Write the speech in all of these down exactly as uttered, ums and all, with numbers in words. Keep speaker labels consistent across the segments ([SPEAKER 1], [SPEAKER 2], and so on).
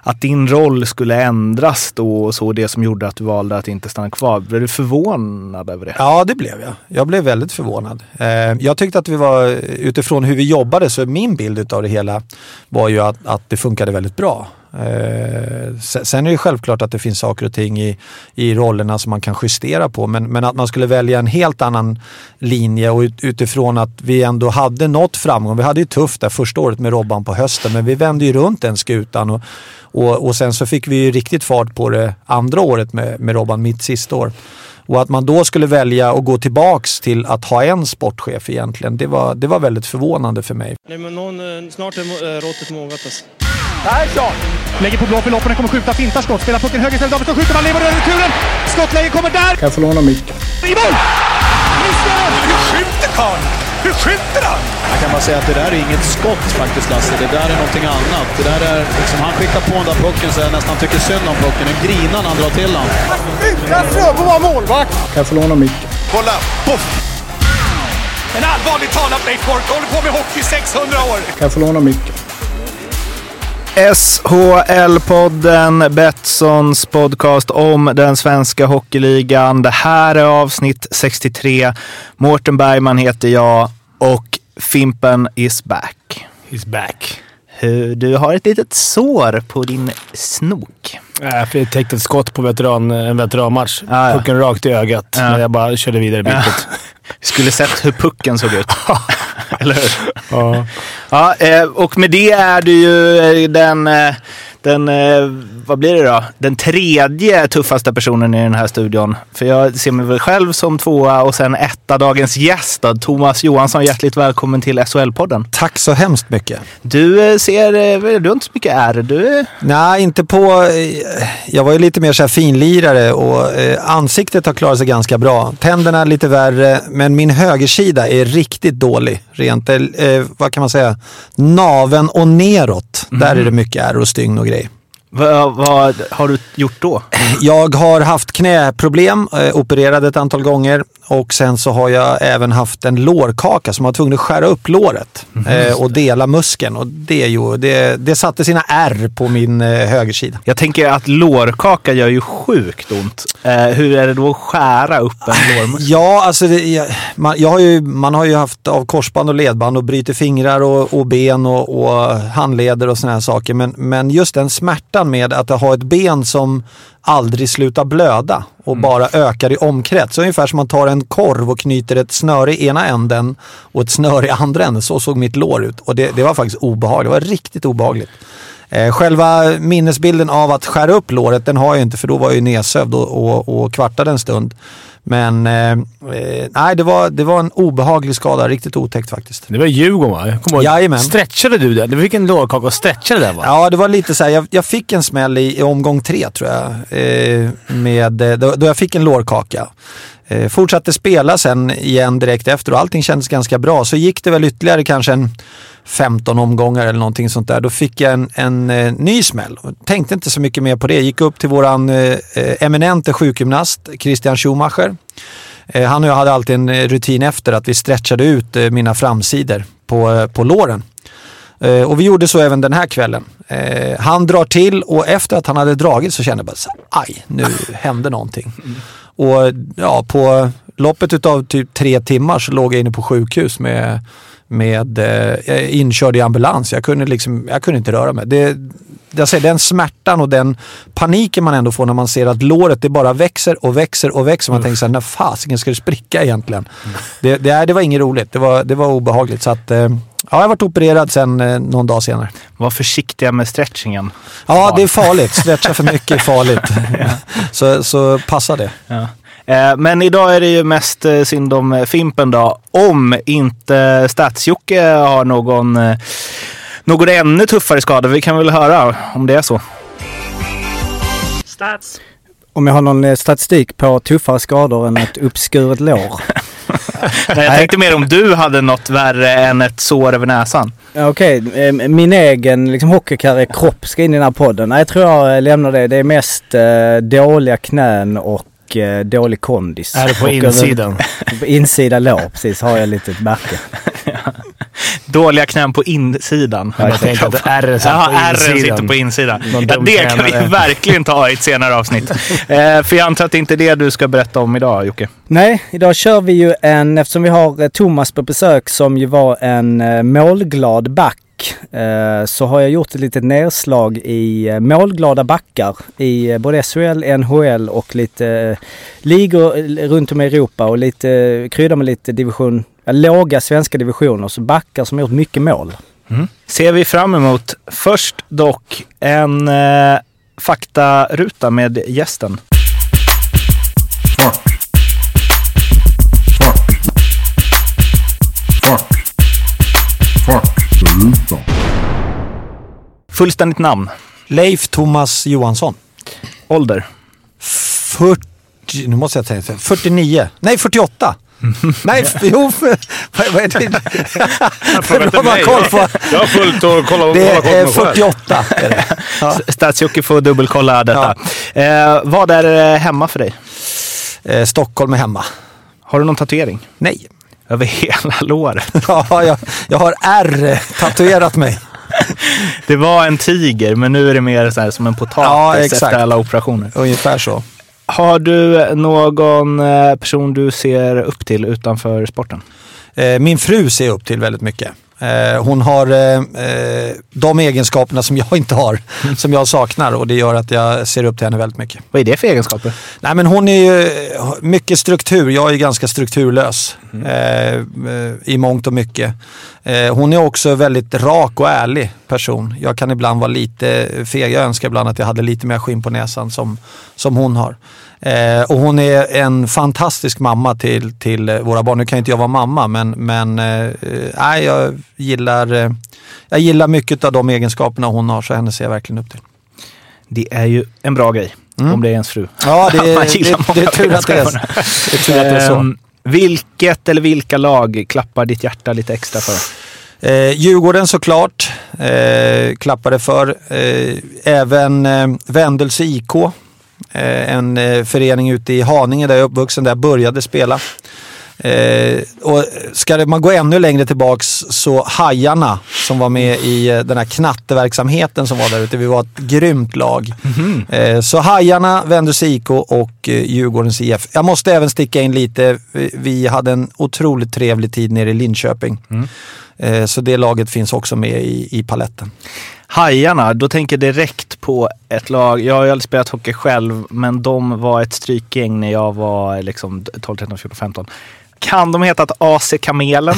[SPEAKER 1] att din roll skulle ändras då och så, det som gjorde att du valde att inte stanna kvar. Blev du förvånad över det?
[SPEAKER 2] Ja, det blev jag. Jag blev väldigt förvånad. Eh, jag tyckte att vi var, utifrån hur vi jobbade, så min bild av det hela var ju att, att det funkade väldigt bra. Eh, sen är det självklart att det finns saker och ting i, i rollerna som man kan justera på, men, men att man skulle välja en helt annan linje och ut, utifrån att vi ändå hade nått framgång. Vi hade ju tufft där första året med Robban på hösten, men vi vände ju runt den skutan och, och, och sen så fick vi ju riktigt fart på det andra året med, med Robban, mitt sista år. Och att man då skulle välja att gå tillbaks till att ha en sportchef egentligen, det var, det var väldigt förvånande för mig.
[SPEAKER 3] Nej, men någon, snart är råttet mogat alltså.
[SPEAKER 4] Persson! Lägger på blå för loppen, kommer skjuta, fintar skott, spelar pucken höger istället, Davidsson skjuter, man lever över returen, skottläge kommer där!
[SPEAKER 5] Kan jag få låna micken?
[SPEAKER 4] I mål!
[SPEAKER 6] Hur skjuter Karl? Hur skjuter han?
[SPEAKER 7] Jag kan bara säga att det där är inget skott faktiskt, Lasse, det där är någonting annat. Det där är liksom, han skickar på den där pucken så jag nästan tycker synd om pucken, en grinan han drar till han.
[SPEAKER 4] Utan Fröbo var målvakt!
[SPEAKER 5] Kan jag få låna micken?
[SPEAKER 6] Kolla! Puff! En allvarligt talat Leif Boork håller på med hockey sexhundra år!
[SPEAKER 5] Kan jag få låna micken?
[SPEAKER 1] S H L-podden, Betssons podcast om den svenska hockeyligan. Det här är avsnitt sextiotre. Mårten Bergman heter jag och Fimpen is back.
[SPEAKER 8] Is back.
[SPEAKER 1] Du har ett litet sår på din snok.
[SPEAKER 8] Äh, för jag täckte ett skott på veteran, en veteranmatch.
[SPEAKER 1] Ah, ja.
[SPEAKER 8] Pucken rakt i ögat.
[SPEAKER 1] Ja.
[SPEAKER 8] Men jag bara körde vidare i bytet.
[SPEAKER 1] Ja. Skulle sett hur pucken såg ut. Eller hur?
[SPEAKER 8] Ja.
[SPEAKER 1] Ja, och med det är du ju den, den, vad blir det då? Den tredje tuffaste personen i den här studion. För jag ser mig väl själv som tvåa och sen etta dagens gäst då, Thomas Johansson. Hjärtligt välkommen till S H L-podden.
[SPEAKER 2] Tack så hemskt mycket.
[SPEAKER 1] Du ser, du har inte så mycket är du?
[SPEAKER 2] Nej, inte på, jag var ju lite mer så här finlirare och eh, ansiktet har klarat sig ganska bra. Tänderna är lite värre, men min högersida är riktigt dålig. Rent, eh, vad kan man säga, naven och neråt. Mm. Där är det mycket ärr och stygn och grej.
[SPEAKER 1] Vad, vad har du gjort då?
[SPEAKER 2] Jag har haft knäproblem, eh, opererade ett antal gånger och sen så har jag även haft en lårkaka som har tvungen att skära upp låret eh, och dela muskeln och det, ju, det, det satte sina ärr på min eh, högersida.
[SPEAKER 1] Jag tänker att lårkaka gör ju sjukt ont. Eh, hur är det då att skära upp en lårmuskel?
[SPEAKER 2] Ja, alltså det, jag, man, jag har ju, man har ju haft av korsband och ledband och bryter fingrar och, och ben och, och handleder och såna här saker, men, men just den smärtan med att ha ett ben som aldrig slutar blöda och mm. bara ökar i omkrets. Så ungefär som man tar en korv och knyter ett snöre i ena änden och ett snöre i andra änden. Så såg mitt lår ut. Och det, det var faktiskt obehagligt. Det var riktigt obehagligt. Eh, själva minnesbilden av att skära upp låret, den har jag inte, för då var jag ju nedsövd och, och, och kvartade en stund. Men eh, nej, det var, det var en obehaglig skada, riktigt otäckt faktiskt.
[SPEAKER 8] Det var Djurgården, va? Kom ihåg,
[SPEAKER 2] jajamän.
[SPEAKER 8] Stretchade du det? Du fick en lårkaka och stretchade det, va?
[SPEAKER 2] Ja, det var lite så här, jag, jag fick en smäll i, i omgång tre tror jag, eh, med, då, då jag fick en lårkaka. Eh, fortsatte spela sen igen direkt efter och allting kändes ganska bra. Så gick det väl ytterligare kanske en femton omgångar eller någonting sånt där. Då fick jag en, en, en ny smäll. Tänkte inte så mycket mer på det. Gick upp till våran eh, eminente sjukgymnast Christian Schumacher. Eh, han och jag hade alltid en rutin efter att vi stretchade ut eh, mina framsidor på, eh, på låren. Eh, och vi gjorde så även den här kvällen. Eh, han drar till och efter att han hade dragit så kände jag bara så, aj, nu hände någonting. Mm. Och ja, på loppet utav typ tre timmar så låg jag inne på sjukhus med, med eh, inkörd i ambulans. Jag kunde liksom, jag kunde inte röra mig. Det, jag säger, den smärtan och den paniken man ändå får när man ser att låret det bara växer och växer och växer. Man mm. tänker så här, när fasiken ska det spricka egentligen? Mm. Det, det, det var inget roligt. Det var, det var obehagligt. Så att, eh, ja, jag har varit opererad sen eh, någon dag senare.
[SPEAKER 1] Var försiktiga med stretchingen.
[SPEAKER 2] Ja, det är farligt. Stretcha för mycket är farligt. Ja. så, så passa det.
[SPEAKER 1] Ja. Eh, men idag är det ju mest eh, synd om Fimpen då. Om inte Stats-Jocke har någon, eh, någon ännu tuffare skada. Vi kan väl höra om det är så.
[SPEAKER 3] Stats.
[SPEAKER 5] Om jag har någon statistik på tuffare skador än ett uppskuret lår.
[SPEAKER 1] Nej, jag tänkte mer om du hade något värre än ett sår över näsan.
[SPEAKER 5] Okej, okay. Min egen liksom, hockeykarriär kropp ska in i den här podden. Nej, jag tror jag lämnar det. Det är mest eh, dåliga knän och eh, dålig kondis.
[SPEAKER 8] Är det på
[SPEAKER 5] och
[SPEAKER 8] insidan?
[SPEAKER 5] På insida lår, precis, har jag lite ett märke.
[SPEAKER 1] Ja. Dåliga knän på insidan.
[SPEAKER 8] Jag tänkte att R
[SPEAKER 1] ja, sitter på insidan. Ja, det kan vi verkligen ta i ett senare avsnitt. eh, för jag antar att det inte är det du ska berätta om idag, Jocke.
[SPEAKER 5] Nej, idag kör vi ju en, eftersom vi har eh, Thomas på besök som ju var en eh, målglad back. Eh, så har jag gjort ett litet nedslag i eh, målglada backar i eh, både S H L, N H L och lite eh, ligor runt om i Europa och lite eh, krydda med lite division, eh, låga svenska divisioner, så backar som har gjort mycket mål.
[SPEAKER 1] Mm. Ser vi fram emot först dock en eh, faktaruta med gästen.
[SPEAKER 9] Fuck. Fuck. Fuck. Fuck.
[SPEAKER 1] Fullständigt namn.
[SPEAKER 2] Leif Thomas Johansson.
[SPEAKER 1] Ålder.
[SPEAKER 2] fyrtio, nu måste jag tänka, fyrtionio. Nej, fyrtioåtta. Nej, jo, vad är det?
[SPEAKER 8] Jag har bara koll på. Jag har fullt och kolla
[SPEAKER 2] det är fyrtioåtta. Är det.
[SPEAKER 1] Ja. Stadsjocke får dubbelkolla detta. Ja. Eh, vad är hemma för dig?
[SPEAKER 2] Eh, Stockholm är hemma.
[SPEAKER 1] Har du någon tatuering?
[SPEAKER 2] Nej.
[SPEAKER 1] Över hela låret?
[SPEAKER 2] Ja, jag, jag har R tatuerat mig.
[SPEAKER 1] Det var en tiger, men nu är det mer så här som en potatis ja, efter alla operationer.
[SPEAKER 2] Ungefär så.
[SPEAKER 1] Har du någon person du ser upp till utanför sporten?
[SPEAKER 2] Min fru ser upp till väldigt mycket. Hon har de egenskaperna som jag inte har, som jag saknar, och det gör att jag ser upp till henne väldigt mycket.
[SPEAKER 1] Vad är det för egenskaper?
[SPEAKER 2] Nej, men hon är ju mycket struktur. Jag är ganska strukturlös mm. eh, i mångt och mycket. Eh, hon är också väldigt rak och ärlig person. Jag kan ibland vara lite feg. Jag önskar ibland att jag hade lite mer skinn på näsan som, som hon har. Eh, och hon är en fantastisk mamma till, till våra barn. Nu kan inte jag vara mamma, men, men eh, jag, gillar, eh, jag gillar mycket av de egenskaperna hon har, så henne ser jag verkligen upp till.
[SPEAKER 1] Det är ju en bra grej, mm. om det är ens fru.
[SPEAKER 2] Ja, det är, det, det är tur att det är, det är, tur att det är så.
[SPEAKER 1] Um, vilket eller vilka lag klappar ditt hjärta lite extra för?
[SPEAKER 2] Eh, Djurgården såklart, eh, klappade för. Eh, även eh, Vendelse I K. En eh, förening ute i Haninge där jag är uppvuxen, där jag började spela. Eh, och ska man gå ännu längre tillbaks, så Hajarna som var med i eh, den här knatteverksamheten som var där ute, vi var ett grymt lag. Mm-hmm. eh, så Hajarna, Vendelse I K och eh, Djurgårdens I F. Jag måste även sticka in lite, vi, vi hade en otroligt trevlig tid nere i Linköping. Mm. eh, så det laget finns också med i, i paletten.
[SPEAKER 1] Hajarna, då tänker jag direkt på ett lag. Jag har ju aldrig spelat hockey själv, men de var ett strykgäng när jag var liksom tolv, tretton, fjorton, femton. Kan de heta att A C Kamelen?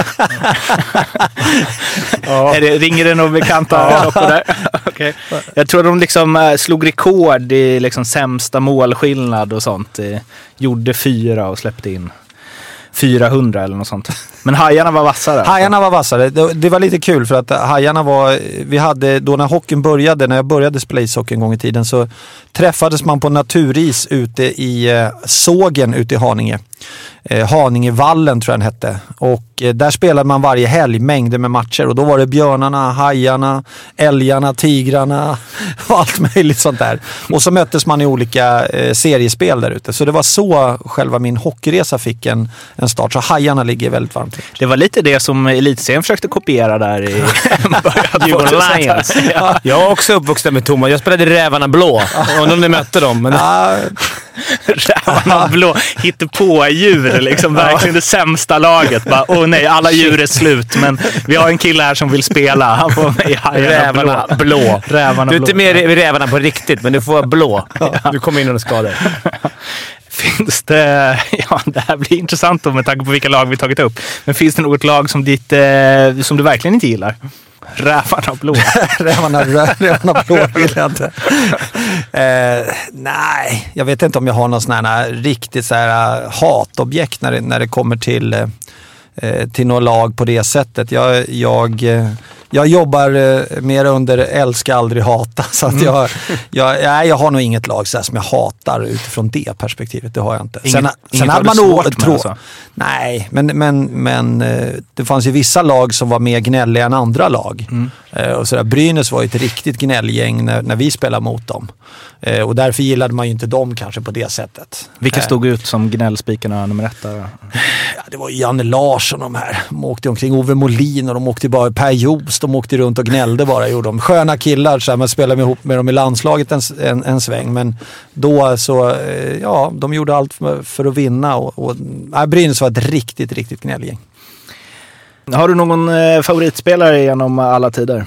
[SPEAKER 1] Ja. Är det, ringer det några bekanta klockor där? Okay. Jag tror de liksom slog rekord i liksom sämsta målskillnad och sånt. Gjorde fyra och släppte in fyrahundra eller något sånt. Men Hajarna var vassare.
[SPEAKER 2] Hajarna var vassare. Det, det var lite kul för att Hajarna var, vi hade, då när hockeyn började, när jag började spela ishockey en gång i tiden, så träffades man på naturis ute i eh, sågen ute i Haninge. Eh, Haningevallen tror jag den hette. Och eh, där spelade man varje helg mängder med matcher. Och då var det björnarna, hajarna, älgarna, tigrarna och allt möjligt sånt där. Och så möttes man i olika eh, seriespel där ute. Så det var så själva min hockeyresa fick en, en start. Så Hajarna ligger väldigt varmt.
[SPEAKER 1] Det var lite det som Elitserien försökte kopiera där i
[SPEAKER 8] Djurgården Lions. Ja. Jag är också uppvuxen med Thomas. Jag spelade Rävarna Blå. Och om ni mötte dem. Men...
[SPEAKER 2] Ja.
[SPEAKER 1] Rävarna Blå. Hittar på djur. Liksom verkligen det sämsta laget. Bara, åh nej, alla djur är slut. Men vi har en kille här som vill spela. Han får med i
[SPEAKER 8] Rävarna Blå. blå. Rävarna du är inte med i Rävarna på riktigt, men du får vara blå. Ja. Du kommer in under skador.
[SPEAKER 1] Finns det, ja det här blir intressant då med tanke på vilka lag vi tagit upp. Men finns det något lag som, ditt, eh, som du verkligen inte gillar? Rävarna Blå.
[SPEAKER 2] Rävarna, rävarna Blå vill jag inte. Eh, nej, jag vet inte om jag har någon sån här riktigt så här hatobjekt när det, när det kommer till, eh, till något lag på det sättet. Jag, jag jag jobbar eh, mer under älska, aldrig hata. Så att jag, jag, jag, jag har nog inget lag så här, som jag hatar utifrån det perspektivet. Det har jag inte.
[SPEAKER 1] Inget,
[SPEAKER 2] sen
[SPEAKER 1] inget
[SPEAKER 2] sen hade man nog
[SPEAKER 1] svårt
[SPEAKER 2] tro,
[SPEAKER 1] alltså.
[SPEAKER 2] Nej, men, men, men eh, det fanns ju vissa lag som var mer gnälliga än andra lag. Mm. Eh, och så där, Brynäs var ju ett riktigt gnällgäng när, när vi spelade mot dem. Eh, och därför gillade man ju inte dem kanske på det sättet.
[SPEAKER 1] Vilka
[SPEAKER 2] eh.
[SPEAKER 1] stod ut som gnällspikarna nummer ett där?
[SPEAKER 2] Ja, det var Janne Larsson de här. De åkte omkring Ove Molin och de åkte bara Per Jost. De åkte runt och gnällde bara. Gjorde de. Sköna killar, så här, man spelade ihop med dem i landslaget en, en, en sväng. Men då så, ja, de gjorde allt för, för att vinna. Och, och, ja, Brynäs var ett riktigt, riktigt gnällgäng.
[SPEAKER 1] Har du någon eh, favoritspelare genom alla tider?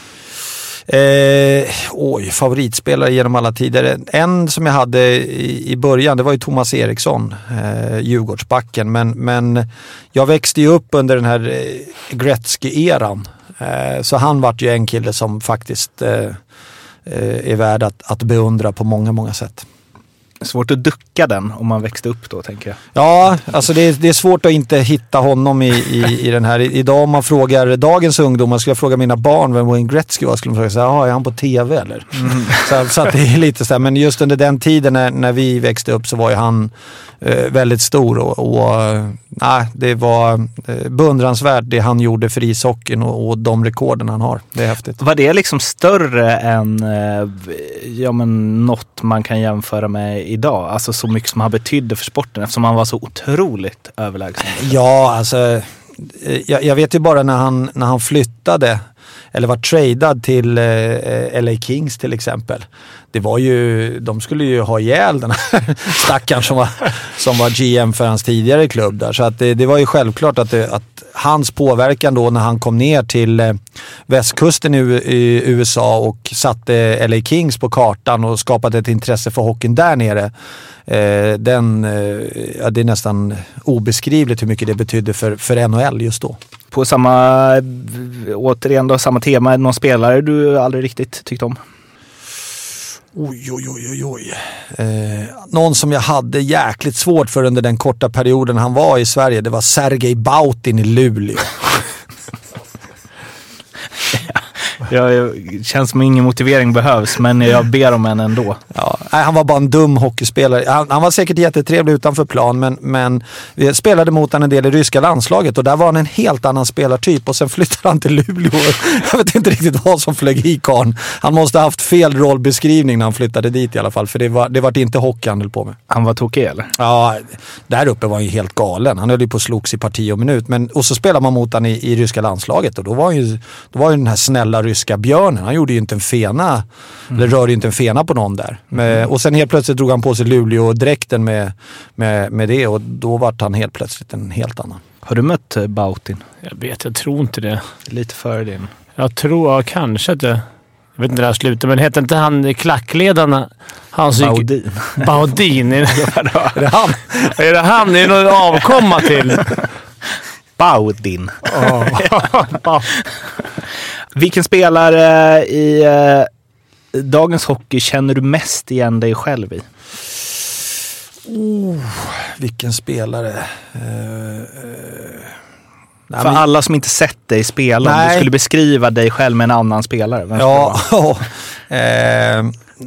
[SPEAKER 2] Eh, oj, favoritspelare genom alla tider. En som jag hade i, i början, det var ju Thomas Eriksson, eh, Djurgårdsbacken. Men, men jag växte ju upp under den här eh, Gretzky-eran. Eh, så han var ju en kille som faktiskt eh, eh, är värd att, att beundra på många, många sätt.
[SPEAKER 1] Svårt att ducka den om man växte upp då, tänker jag.
[SPEAKER 2] Ja, alltså det är, det är svårt att inte hitta honom i, i, i den här. I, idag om man frågar dagens ungdomar, skulle jag fråga mina barn vem Wayne Gretzky var, skulle de fråga så här, är han på tv eller? Mm. Så, så att det är lite så här, men just under den tiden när, när vi växte upp så var ju han eh, väldigt stor och, och nej, det var eh, beundransvärt det han gjorde för ishockeyn och, och de rekorden han har. Det är häftigt.
[SPEAKER 1] Var det liksom större än eh, ja, men något man kan jämföra med idag? Alltså så mycket som han betydde för sporten eftersom han var så otroligt överlägsen.
[SPEAKER 2] Ja, alltså jag, jag vet ju bara när han, när han flyttade eller var tradad till eh, L A Kings till exempel. Det var ju, de skulle ju ha ihjäl den här stackaren som var, som var G M för hans tidigare klubb där. Så att det, det var ju självklart att, det, att hans påverkan då när han kom ner till eh, västkusten i, i U S A och satte L A Kings på kartan och skapade ett intresse för hockeyn där nere. Eh, den, eh, ja, det är nästan obeskrivligt hur mycket det betydde för, för N H L just då.
[SPEAKER 1] På samma, återigen då, samma tema, någon spelare du aldrig riktigt tyckte om?
[SPEAKER 2] Oj, oj, oj, oj, oj. Eh, någon som jag hade jäkligt svårt för under den korta perioden han var i Sverige, det var Sergej Bautin i Luleå.
[SPEAKER 1] Ja, jag känns som ingen motivering behövs, men jag ber om en ändå.
[SPEAKER 2] Ja, nej, han var bara en dum hockeyspelare. Han, han var säkert jättetrevlig utanför plan, men, men vi spelade mot han en del i ryska landslaget och där var han en helt annan spelartyp och sen flyttade han till Luleå. Jag vet inte riktigt vad som flög i karn. Han måste ha haft fel rollbeskrivning när han flyttade dit i alla fall, för det var, det var inte hockey han höll på med.
[SPEAKER 1] Han var tokig eller?
[SPEAKER 2] Ja, där uppe var han ju helt galen. Han höll ju på att slogs i parti och minut, men, och så spelade man mot han i, i ryska landslaget och då var ju, då var ju den här snälla ryska björnen, han gjorde ju inte en fena mm. eller rörde ju inte en fena på någon där. Med, och sen helt plötsligt drog han på sig Luleå-dräkten med, med, med det och då var han helt plötsligt en helt annan.
[SPEAKER 1] Har du mött Bautin?
[SPEAKER 8] Jag vet, jag tror inte det.
[SPEAKER 1] Lite före din.
[SPEAKER 8] Jag tror ja, kanske att det... Jag vet inte när det här slutar, men heter inte han klackledarna? Han
[SPEAKER 1] Baudin.
[SPEAKER 8] Baudin? Är det,
[SPEAKER 2] är det han?
[SPEAKER 8] Är det han? Är det någon avkomma till?
[SPEAKER 1] Baudin.
[SPEAKER 8] Oh.
[SPEAKER 1] Vilken spelare i eh, dagens hockey känner du mest igen dig själv i?
[SPEAKER 2] Oh, vilken spelare. Uh, uh,
[SPEAKER 1] För men... alla som inte sett dig spela, om du skulle beskriva dig själv med en annan spelare. Vem
[SPEAKER 2] ja, oh, eh, eh,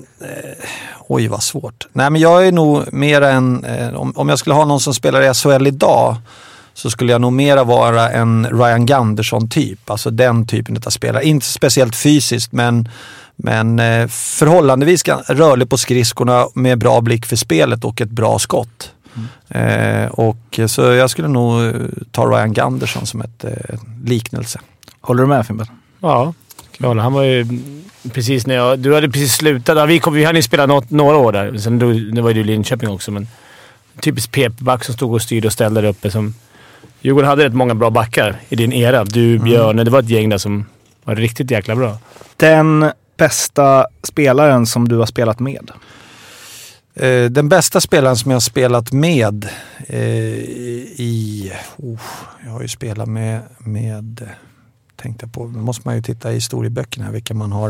[SPEAKER 2] oj vad svårt. Nej, men jag är nog mer en, eh, om, om jag skulle ha någon som spelar i S H L idag så skulle jag nog mera vara en Ryan Gunderson-typ. Alltså den typen av spelare. Inte speciellt fysiskt, men, men eh, förhållandevis rörlig på skridskorna med bra blick för spelet och ett bra skott. Mm. Eh, och så jag skulle nog ta Ryan Gunderson som ett eh, liknelse.
[SPEAKER 1] Håller du med, Fimpen?
[SPEAKER 8] Ja, han var ju precis när jag... Du hade precis slutat. Ja, vi, kom, vi hade ju spelat något, några år där. Sen då, det var ju Linköping också, men typiskt P P-back som stod och styrde och ställde där uppe som... Djurgården hade rätt många bra backar i din era. Du, Björn, mm. det var ett gäng där som var riktigt jäkla bra.
[SPEAKER 1] Den bästa spelaren som du har spelat med?
[SPEAKER 2] Uh, den bästa spelaren som jag har spelat med uh, i... Uh, jag har ju spelat med... med tänkte på, måste man ju titta i historieböckerna här, vilka man har...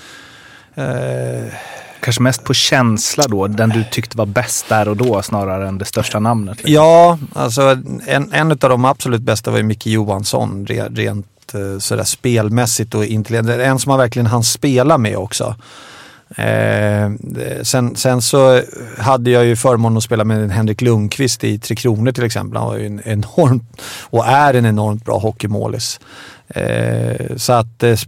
[SPEAKER 2] Uh,
[SPEAKER 1] Kanske mest på känsla då, den du tyckte var bäst där och då snarare än det största namnet. Liksom.
[SPEAKER 2] Ja, alltså en, en av de absolut bästa var ju Micke Johansson, re, rent sådär spelmässigt och intelligent. En som man verkligen hann spela med också. Eh, sen, sen så hade jag ju förmånen att spela med Henrik Lundqvist i Tre Kronor till exempel. Han var ju en enormt, och är en enormt bra hockeymålis. Eh, så att eh,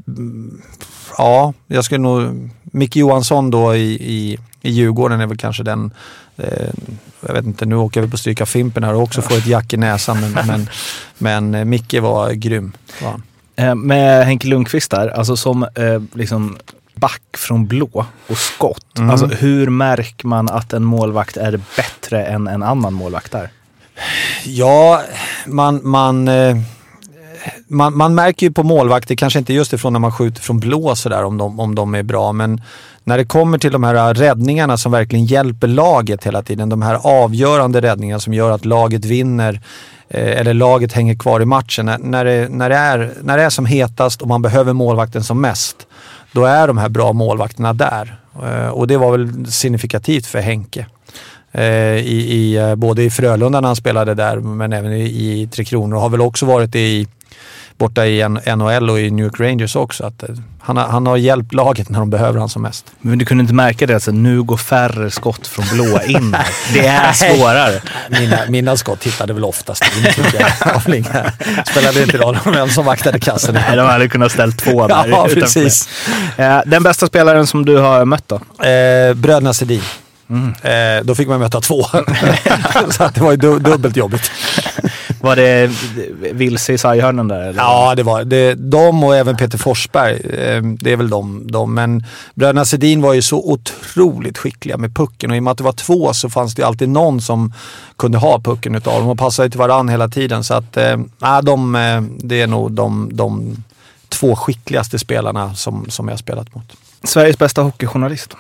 [SPEAKER 2] ja, jag skulle nog Micke Johansson då i, i, i Djurgården är väl kanske den eh, jag vet inte, nu åker vi på stryka Fimpen här och också får ett jack i näsan men, men, men Micke var grym. Var
[SPEAKER 1] eh, med Henke Lundqvist där, alltså som eh, liksom back från blå och skott. Mm. Alltså hur märker man att en målvakt är bättre än en annan målvakt där?
[SPEAKER 2] Ja, man man, eh, man man märker ju på målvakter, kanske inte just ifrån när man skjuter från blå så där om de om de är bra, men när det kommer till de här räddningarna som verkligen hjälper laget hela tiden, de här avgörande räddningarna som gör att laget vinner eh, eller laget hänger kvar i matchen, när, när, det, när, det är, när det är som hetast och man behöver målvakten som mest, då är de här bra målvakterna där. Eh, och det var väl signifikativt för Henke. Eh, i, i, både i Frölunda när han spelade där, men även i, i Tre Kronor, och har väl också varit i borta i N H L och i New York Rangers också. Att han, har, han har hjälpt laget när de behöver han som mest.
[SPEAKER 1] Men du kunde inte märka det, alltså, nu går färre skott från blå in. Det är svårare.
[SPEAKER 2] Mina, mina skott hittade väl oftast in, tycker jag. Spelade inte roll vem som vaktade kassen.
[SPEAKER 1] Nej, de hade kunnat ställa två där.
[SPEAKER 2] Ja, precis.
[SPEAKER 1] Den bästa spelaren som du har mött då?
[SPEAKER 2] Eh, Bröderna Sedin. Mm. Eh, då fick man möta två. Så att det var ju du- dubbelt jobbigt.
[SPEAKER 1] Var det vilse i sarghörnen där? Eller?
[SPEAKER 2] Ja, det var det. De och även Peter Forsberg. Eh, det är väl de, de. Men Bröderna Sedin var ju så otroligt skickliga med pucken. Och i och med att det var två så fanns det alltid någon som kunde ha pucken utav dem. Och passade till varann hela tiden. Så att eh, de, det är nog de, de två skickligaste spelarna som, som jag har spelat mot.
[SPEAKER 1] Sveriges bästa hockeyjournalist?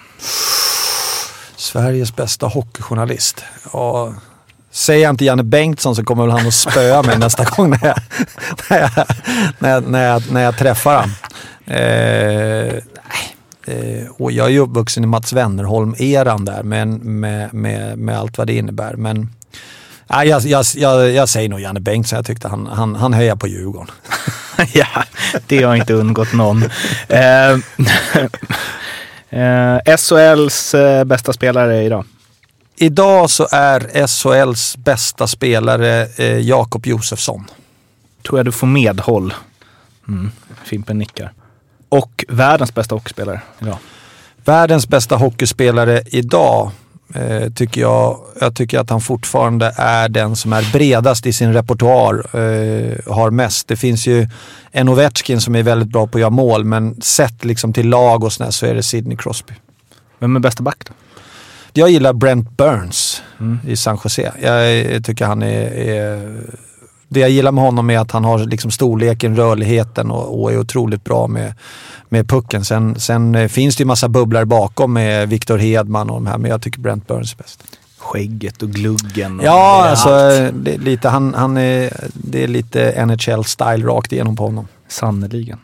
[SPEAKER 2] Sveriges bästa hockeyjournalist. Ja, säger jag inte Janne Bengtsson så kommer väl han att spöa mig nästa gång när jag, när jag, när jag, när jag, när jag träffar han. Eh, eh, och jag är ju uppvuxen i Mats Wennerholm-eran där med, med, med, med allt vad det innebär. Men nej, jag, jag, jag, jag säger nog Janne Bengtsson. Jag tyckte han, han, han höjer på Djurgården.
[SPEAKER 1] Ja, det har inte undgått någon. Eh, Eh, S H L:s eh, bästa spelare idag?
[SPEAKER 2] Idag så är S H L:s bästa spelare eh, Jakob Josefsson.
[SPEAKER 1] Tror jag du får medhåll. Mm. Fimpen nickar. Och världens bästa hockeyspelare idag?
[SPEAKER 2] Världens bästa hockeyspelare idag eh, tycker jag, jag tycker att han fortfarande är den som är bredast i sin repertoar, eh, har mest. Det finns ju en Ovechkin som är väldigt bra på att göra mål, men sett liksom till lag och sådär så är det Sidney Crosby.
[SPEAKER 1] Vem är bästa back då?
[SPEAKER 2] Jag gillar Brent Burns
[SPEAKER 1] mm.
[SPEAKER 2] i San Jose. Jag tycker han är, är... Det jag gillar med honom är att han har liksom storleken, rörligheten och, och är otroligt bra med, med pucken. Sen, sen finns det ju massa bubblar bakom med Victor Hedman och de här, men jag tycker Brent Burns är bäst.
[SPEAKER 1] Skägget och gluggen. Och
[SPEAKER 2] ja, alltså det är lite, han, han är, det är lite N H L-style rakt igenom på honom.
[SPEAKER 1] Sannoliken.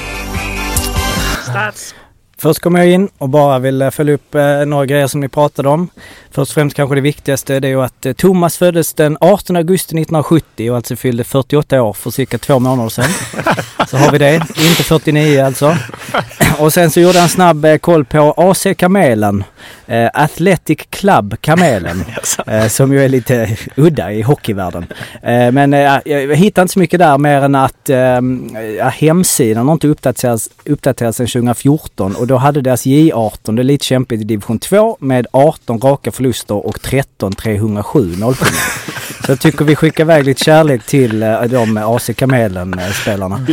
[SPEAKER 5] Stats. Först kommer jag in och bara vill följa upp eh, några grejer som ni pratade om. Först och främst kanske det viktigaste, det är ju att eh, Thomas föddes den artonde augusti nittonhundrasjuttio och alltså fyllde fyrtioåtta år för cirka två månader sedan. Så har vi det, inte fyrtionio alltså. Och sen så gjorde han snabb eh, koll på A C Kamelen, eh, Athletic Club Kamelen, eh, som ju är lite udda i hockeyvärlden. Eh, men eh, jag hittade inte så mycket där mer än att eh, hemsidan har inte uppdaterats, uppdaterats sedan tjugohundrafjorton. Och då hade deras J arton, det är lite kämpigt i division två med arton raka förluster och tretton trehundrasju målpungar. Så jag tycker vi skickar iväg lite kärlek till uh, de A C Kamelen-spelarna.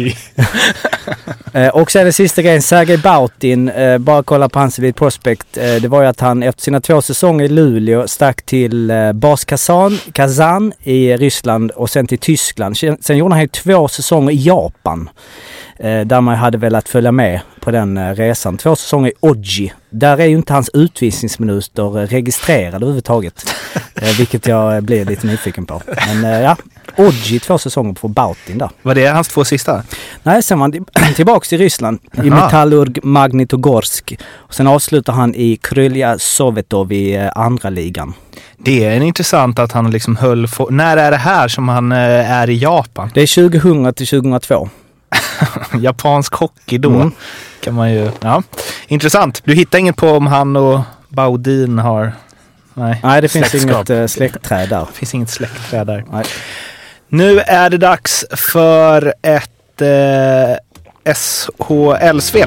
[SPEAKER 5] uh, och sen det sista grejen, Sergej Bautin, uh, bara kolla på hans Elite Prospect. Uh, det var ju att han efter sina två säsonger i Luleå stack till uh, Bas Kazan, Kazan i Ryssland och sen till Tyskland. Sen gjorde han ju två säsonger i Japan. Där man hade velat följa med på den resan. Två säsonger i Oji. Där är ju inte hans utvisningsminuter registrerade överhuvudtaget. Vilket jag blir lite nyfiken på. Men ja, Oji två säsonger på Bautin där.
[SPEAKER 1] Var det hans två sista?
[SPEAKER 5] Nej, sen var han tillbaka till Ryssland. Aha. I Metallurg Magnitogorsk. Och sen avslutar han i Krylja Sovetov i andra ligan.
[SPEAKER 1] Det är intressant att han liksom höll... For... När är det här som han är i Japan?
[SPEAKER 5] Det är tjugohundra till tjugohundratvå.
[SPEAKER 1] Japansk hockey då
[SPEAKER 5] Mm.
[SPEAKER 1] kan man ju... Ja. Intressant. Du hittar inget på om han och Baudin har... Nej,
[SPEAKER 5] Nej, det finns
[SPEAKER 1] släktskap.
[SPEAKER 5] inget uh, släktträd där.
[SPEAKER 1] Det finns inget släktträd där.
[SPEAKER 5] Nej.
[SPEAKER 1] Nu är det dags för ett eh, S H L-svep.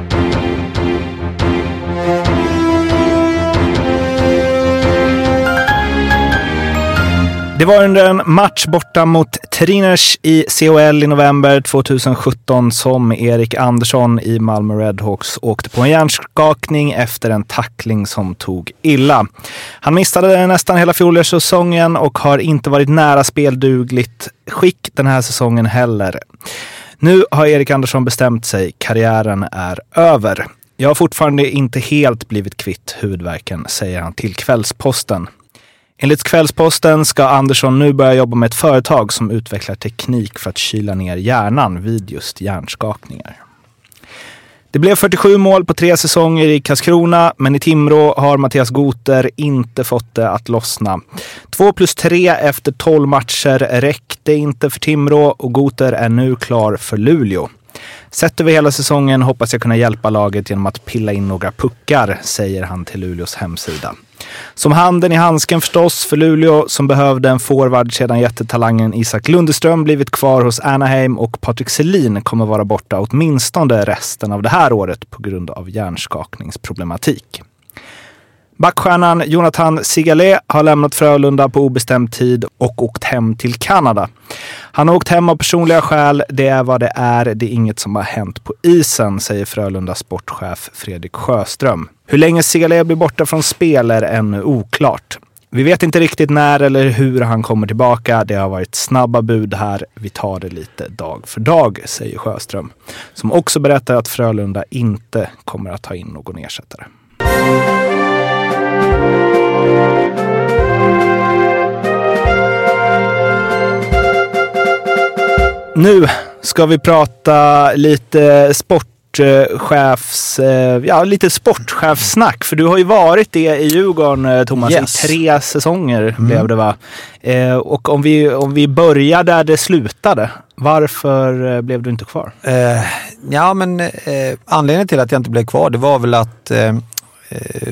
[SPEAKER 1] Det var under en match borta mot Triners i C H L i november tjugohundrasjutton som Erik Andersson i Malmö Redhawks åkte på en hjärnskakning efter en tackling som tog illa. Han missade nästan hela fjolårssäsongen och har inte varit nära speldugligt skick den här säsongen heller. Nu har Erik Andersson bestämt sig. Karriären är över. Jag har fortfarande inte helt blivit kvitt huvudvärken, säger han till Kvällsposten. Enligt Kvällsposten ska Andersson nu börja jobba med ett företag som utvecklar teknik för att kyla ner hjärnan vid just hjärnskakningar. Det blev fyrtiosju mål på tre säsonger i Karlskrona, men i Timrå har Mattias Goter inte fått det att lossna. Två plus tre efter tolv matcher räckte inte för Timrå och Goter är nu klar för Luleå. Sett över hela säsongen hoppas jag kunna hjälpa laget genom att pilla in några puckar, säger han till Luleås hemsida. Som handen i handsken förstås för Luleå som behövde en forward sedan jättetalangen Isak Lundeström blivit kvar hos Anaheim och Patrik Selin kommer vara borta åtminstone resten av det här året på grund av hjärnskakningsproblematik. Backstjärnan Jonathan Sigalé har lämnat Frölunda på obestämd tid och åkt hem till Kanada. Han har åkt hem av personliga skäl, det är vad det är, det är inget som har hänt på isen, säger Frölunda sportchef Fredrik Sjöström. Hur länge Sigalé blir borta från spel är ännu oklart. Vi vet inte riktigt när eller hur han kommer tillbaka, det har varit snabba bud här, vi tar det lite dag för dag, säger Sjöström. Som också berättar att Frölunda inte kommer att ta in någon ersättare. Nu ska vi prata lite sportchefs, ja lite sportchefsnack, för du har ju varit det i Djurgården, Thomas,
[SPEAKER 2] Yes.
[SPEAKER 1] i tre säsonger
[SPEAKER 2] Mm.
[SPEAKER 1] blev det, va? Eh, och om vi, om vi börjar där det slutade, varför blev du inte kvar?
[SPEAKER 2] Eh, ja, men eh, anledningen till att jag inte blev kvar, det var väl att eh, eh,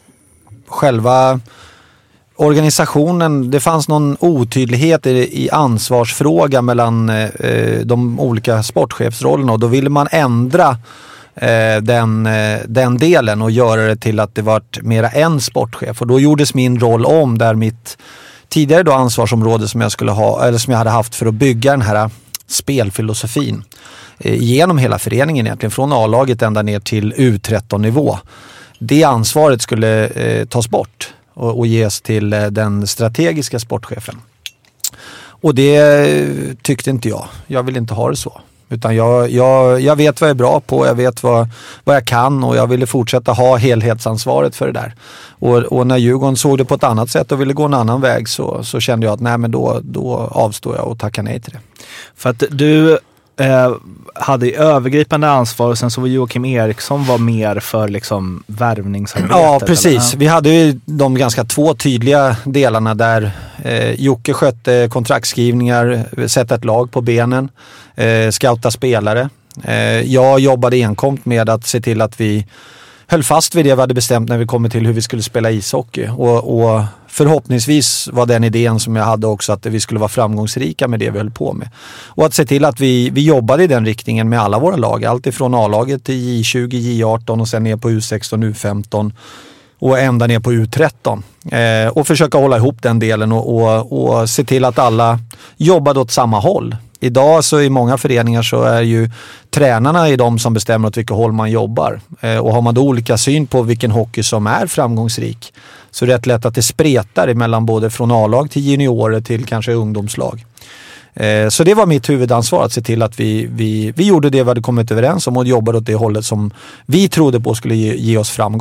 [SPEAKER 2] själva organisationen, det fanns någon otydlighet i, i ansvarsfrågan mellan eh, de olika sportchefsrollerna, och då ville man ändra eh, den, eh, den delen och göra det till att det var mera en sportchef, och då gjordes min roll om, där mitt tidigare då ansvarsområde som jag skulle ha, eller som jag hade haft för att bygga den här spelfilosofin eh, genom hela föreningen egentligen, från A-laget ända ner till U tretton-nivå. Det ansvaret skulle eh, tas bort och, och ges till eh, den strategiska sportchefen. Och det eh, tyckte inte jag. Jag vill inte ha det så. Utan jag, jag, jag vet vad jag är bra på, jag vet vad, vad jag kan, och jag ville fortsätta ha helhetsansvaret för det där. Och, och när Djurgården såg det på ett annat sätt och ville gå en annan väg, så, så kände jag att nej, men då, då avstår jag och tackar nej till det.
[SPEAKER 1] För att du eh, hade övergripande ansvar, och sen så var Joakim Eriksson var mer för liksom värvningsarbetet.
[SPEAKER 2] Ja, precis.
[SPEAKER 1] Eller?
[SPEAKER 2] Vi hade ju de ganska två tydliga delarna där eh, Jocke skötte kontraktskrivningar, sätta ett lag på benen, eh, scouta spelare. Eh, jag jobbade enkomt med att se till att vi höll fast vid det vi hade bestämt när vi kommer till hur vi skulle spela ishockey. Och, och förhoppningsvis var den idén som jag hade också att vi skulle vara framgångsrika med det vi höll på med. Och att se till att vi, vi jobbade i den riktningen med alla våra lag. Allt ifrån A-laget till J tjugo, J arton och sen ner på U sexton, U femton och ända ner på U tretton. Eh, och försöka hålla ihop den delen och, och, och se till att alla jobbade åt samma håll. Idag så i många föreningar så är ju tränarna i de som bestämmer åt vilka håll man jobbar. Eh, och har man då olika syn på vilken hockey som är framgångsrik, så är det rätt lätt att det spretar emellan både från A-lag till juniorer till kanske ungdomslag. Eh, så det var mitt huvudansvar, att se till att vi, vi, vi gjorde det vi hade kommit överens om och jobbade åt det hållet som vi trodde på skulle ge, ge oss framgång.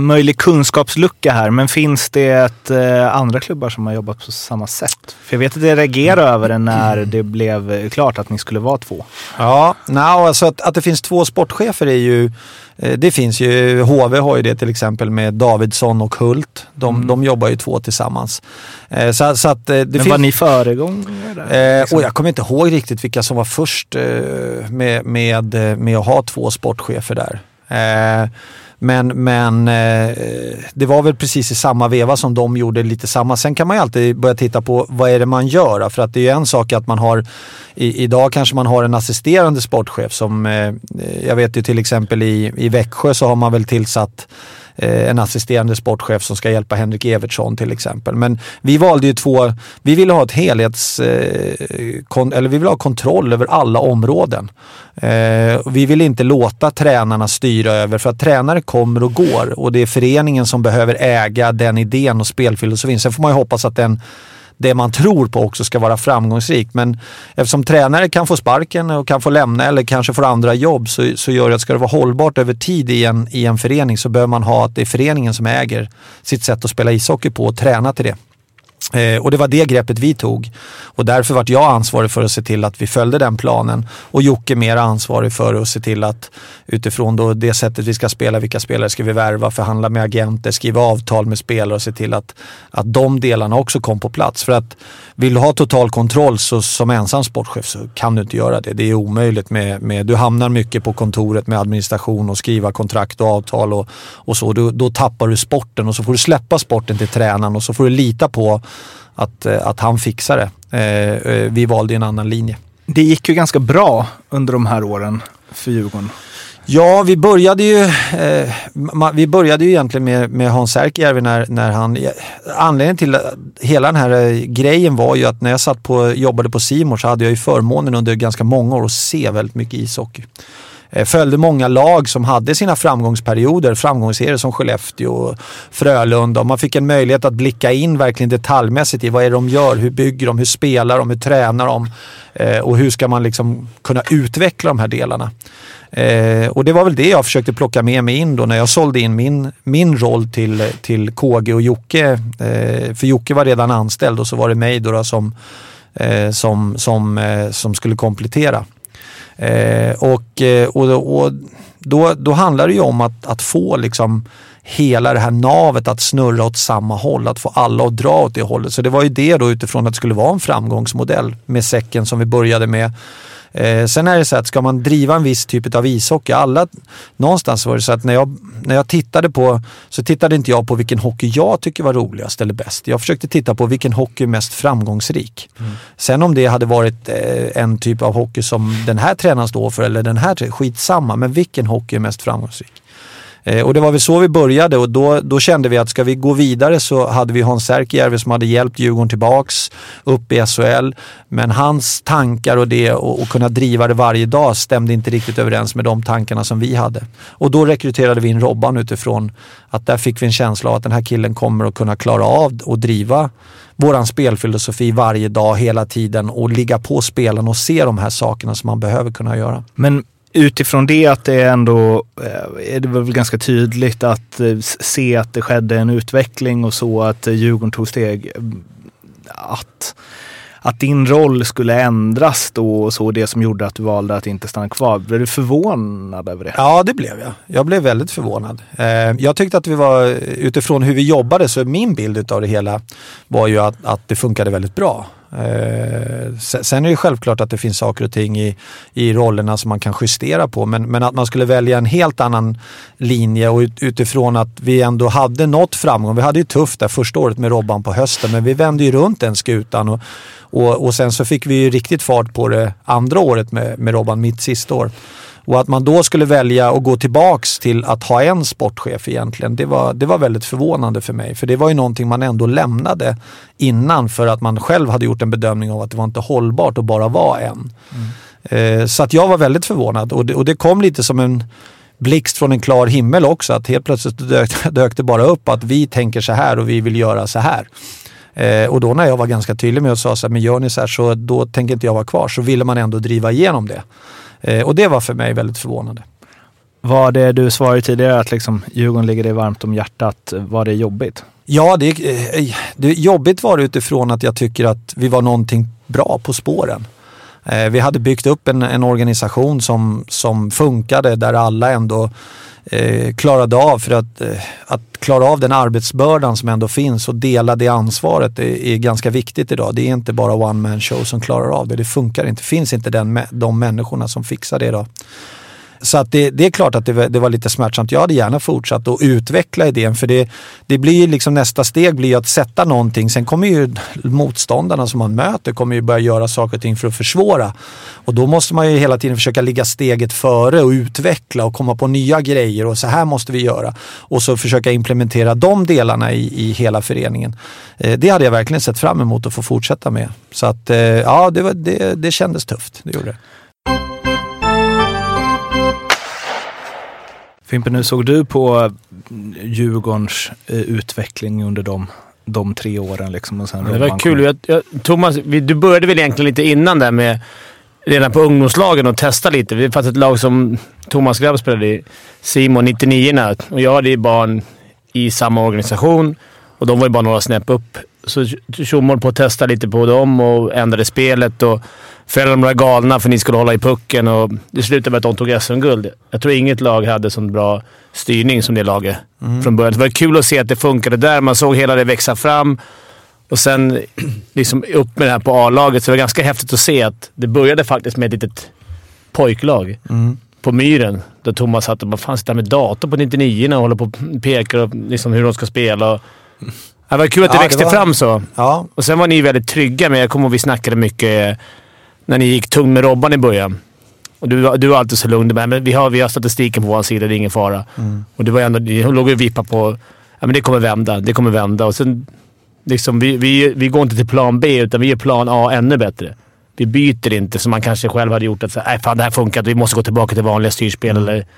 [SPEAKER 1] Möjlig kunskapslucka här, men finns det ett, eh, andra klubbar som har jobbat på samma sätt? För jag vet att det reagerade över det när det blev klart att ni skulle vara två.
[SPEAKER 2] Ja, no, alltså att, att det finns två sportchefer är ju, eh, det finns ju, H V har ju det till exempel med Davidsson och Hult. De, mm. de jobbar ju två tillsammans. Eh, så, så att, eh, det
[SPEAKER 1] men
[SPEAKER 2] finns,
[SPEAKER 1] var ni föregångare?
[SPEAKER 2] Eh,
[SPEAKER 1] liksom?
[SPEAKER 2] och jag kommer inte ihåg riktigt vilka som var först eh, med, med, med att ha två sportchefer där. Eh, Men, men eh, det var väl precis i samma veva som de gjorde lite samma. Sen kan man ju alltid börja titta på vad är det man gör. För att det är ju en sak att man har, i, idag kanske man har en assisterande sportchef som, eh, jag vet ju till exempel i, i Växjö så har man väl tillsatt eh, en assisterande sportchef som ska hjälpa Henrik Evertsson till exempel. Men vi valde ju två, vi ville ha ett helhets, eh, kon, eller vi vill ha kontroll över alla områden. Eh, vi vill inte låta tränarna styra över, för att tränare kommer och går och det är föreningen som behöver äga den idén och spelfilosofin. Sen får man ju hoppas att den, det man tror på också ska vara framgångsrikt, men eftersom tränare kan få sparken och kan få lämna eller kanske få andra jobb, så, så gör det att ska det vara hållbart över tid i en, i en förening, så behöver man ha att det är föreningen som äger sitt sätt att spela ishockey på och träna till det. Eh, och det var det greppet vi tog, och därför var jag ansvarig för att se till att vi följde den planen, och Jocke mer ansvarig för att se till att utifrån då det sättet vi ska spela, vilka spelare ska vi värva, förhandla med agenter, skriva avtal med spelare och se till att, att de delarna också kom på plats. För att vill du ha total kontroll så, som ensam sportchef, så kan du inte göra det. Det är omöjligt med, med du hamnar mycket på kontoret med administration och skriva kontrakt och avtal och, och så. Då, då tappar du sporten, och så får du släppa sporten till tränaren, och så får du lita på att, att han fixar det. Eh, vi valde en annan linje.
[SPEAKER 1] Det gick ju ganska bra under de här åren för Djurgården.
[SPEAKER 2] Ja, vi började ju eh, ma, vi började ju egentligen med, med Hans Särkijärvi när, när han, anledningen till hela den här eh, grejen var ju att när jag satt på, jobbade på C More så hade jag ju förmånen under ganska många år att se väldigt mycket ishockey. Eh, följde många lag som hade sina framgångsperioder, framgångsserier som Skellefteå och Frölunda, och man fick en möjlighet att blicka in verkligen detaljmässigt i vad är det de gör, hur bygger de, hur spelar de, hur tränar de eh, och hur ska man liksom kunna utveckla de här delarna. Eh, och det var väl det jag försökte plocka med mig in då när jag sålde in min, min roll till, till K G och Jocke. Eh, för Jocke var redan anställd, och så var det mig då, då som, eh, som, som, eh, som skulle komplettera. Eh, och och, och då, då handlar det ju om att, att få liksom hela det här navet att snurra åt samma håll, att få alla att dra åt det hållet. Så det var ju det då utifrån att det skulle vara en framgångsmodell med säcken som vi började med. Eh, sen är det så att ska man driva en viss typ av ishockey, alla, någonstans var det så att när jag, när jag tittade på, så tittade inte jag på vilken hockey jag tycker var roligast eller bäst. Jag försökte titta på vilken hockey är mest framgångsrik. Mm. Sen om det hade varit eh, en typ av hockey som den här tränaren står för eller den här, skitsamma, men vilken hockey är mest framgångsrik. Eh, och det var väl så vi började, och då, då kände vi att ska vi gå vidare så hade vi Hans Särkijärvi som hade hjälpt Djurgården tillbaks upp i S H L, men hans tankar och det och, och kunna driva det varje dag stämde inte riktigt överens med de tankarna som vi hade. Och då rekryterade vi in Robban utifrån att där fick vi en känsla av att den här killen kommer att kunna klara av och driva våran spelfilosofi varje dag hela tiden och ligga på spelen och se de här sakerna som man behöver kunna göra.
[SPEAKER 1] Men utifrån det att det ändå är det väl ganska tydligt att se att det skedde en utveckling och så att Djurgården tog steg att, att din roll skulle ändras då och så, det som gjorde att du valde att inte stanna kvar. Blev du förvånad över det?
[SPEAKER 2] Ja, det blev jag. Jag blev väldigt förvånad. Jag tyckte att vi var, utifrån hur vi jobbade, så min bild av det hela var ju att, att det funkade väldigt bra. Eh, sen är det självklart att det finns saker och ting i, i rollerna som man kan justera på, men, men att man skulle välja en helt annan linje och ut, utifrån att vi ändå hade nått framgång. Vi hade ju tufft där första året med Robban på hösten, men vi vände ju runt den skutan och, och, och sen så fick vi ju riktigt fart på det andra året med, med Robban, mitt sista år. Och att man då skulle välja att gå tillbaks till att ha en sportchef egentligen, det var, det var väldigt förvånande för mig. För det var ju någonting man ändå lämnade innan, för att man själv hade gjort en bedömning av att det var inte hållbart att bara vara en. Mm. Eh, så att jag var väldigt förvånad. Och det, och det kom lite som en blixt från en klar himmel också, att helt plötsligt dök, dök det bara upp att vi tänker så här och vi vill göra så här. Eh, och då när jag var ganska tydlig med att säga så här, men gör ni så här så då tänker inte jag vara kvar, så ville man ändå driva igenom det. Eh, och det var för mig väldigt förvånande.
[SPEAKER 1] Var det, du svarade tidigare att liksom Djurgården ligger dig varmt om hjärtat. Var det jobbigt?
[SPEAKER 2] Ja, det, det jobbigt var det utifrån att jag tycker att vi var någonting bra på spåren. Eh, vi hade byggt upp en, en organisation som, som funkade där alla ändå eh, klarade av för att, eh, att klara av den arbetsbördan som ändå finns och dela det ansvaret är, är ganska viktigt idag. Det är inte bara one man show som klarar av det. Det funkar inte. Det finns inte den, de människorna som fixar det idag. Så att det, det är klart att det, det var lite smärtsamt. Jag hade gärna fortsatt att utveckla idén för det, det blir liksom nästa steg blir att sätta någonting. Sen kommer ju motståndarna som man möter kommer ju börja göra saker och ting för att försvåra. Och då måste man ju hela tiden försöka ligga steget före och utveckla och komma på nya grejer och så här måste vi göra. Och så försöka implementera de delarna i, i hela föreningen. Eh, det hade jag verkligen sett fram emot att få fortsätta med. Så att eh, ja, det, var, det, det kändes tufft. Det gjorde det.
[SPEAKER 1] Fimpen, nu såg du på Djurgårdens eh, utveckling under de, de tre åren? Liksom, och sen
[SPEAKER 8] det var kul. Jag, jag, Thomas, vi, du började väl egentligen lite innan där med redan på ungdomslagen och testa lite. Det fanns ett lag som Thomas Grabb spelade i, Simon nittionio, och jag hade barn i samma organisation och de var ju bara några snäpp upp. Så tjommade på att testa lite på dem och ändrade spelet och föräldrarna var galna för ni skulle hålla i pucken och det slutade med att de tog S M-guld. Jag tror inget lag hade sån bra styrning som det laget mm. från början. Det var kul att se att det funkade där. Man såg hela det växa fram och sen liksom upp med det här på A-laget. Så det var ganska häftigt att se att det började faktiskt med ett litet pojklag mm. på Myren. Där Thomas satt och bara fanns där med dator på nittionio och håller på och pekar och liksom hur de ska spela. Och det var kul att det ja, växte det var... fram så. Ja. Och sen var ni väldigt trygga med, jag kommer ihåg vi snackade mycket när ni gick tung med Robban i början. Och du, du var alltid så lugn. Men vi har, vi har statistiken på vår sida, det är ingen fara. Mm. Och det var ändå, ni låg och vippa på, ja men det kommer vända, det kommer vända. Och sen, liksom, vi, vi, vi går inte till plan B utan vi gör plan A ännu bättre. Vi byter inte som man kanske själv hade gjort. Att säga, nej fan det här funkar, vi måste gå tillbaka till vanliga styrspel. Mm. Eller,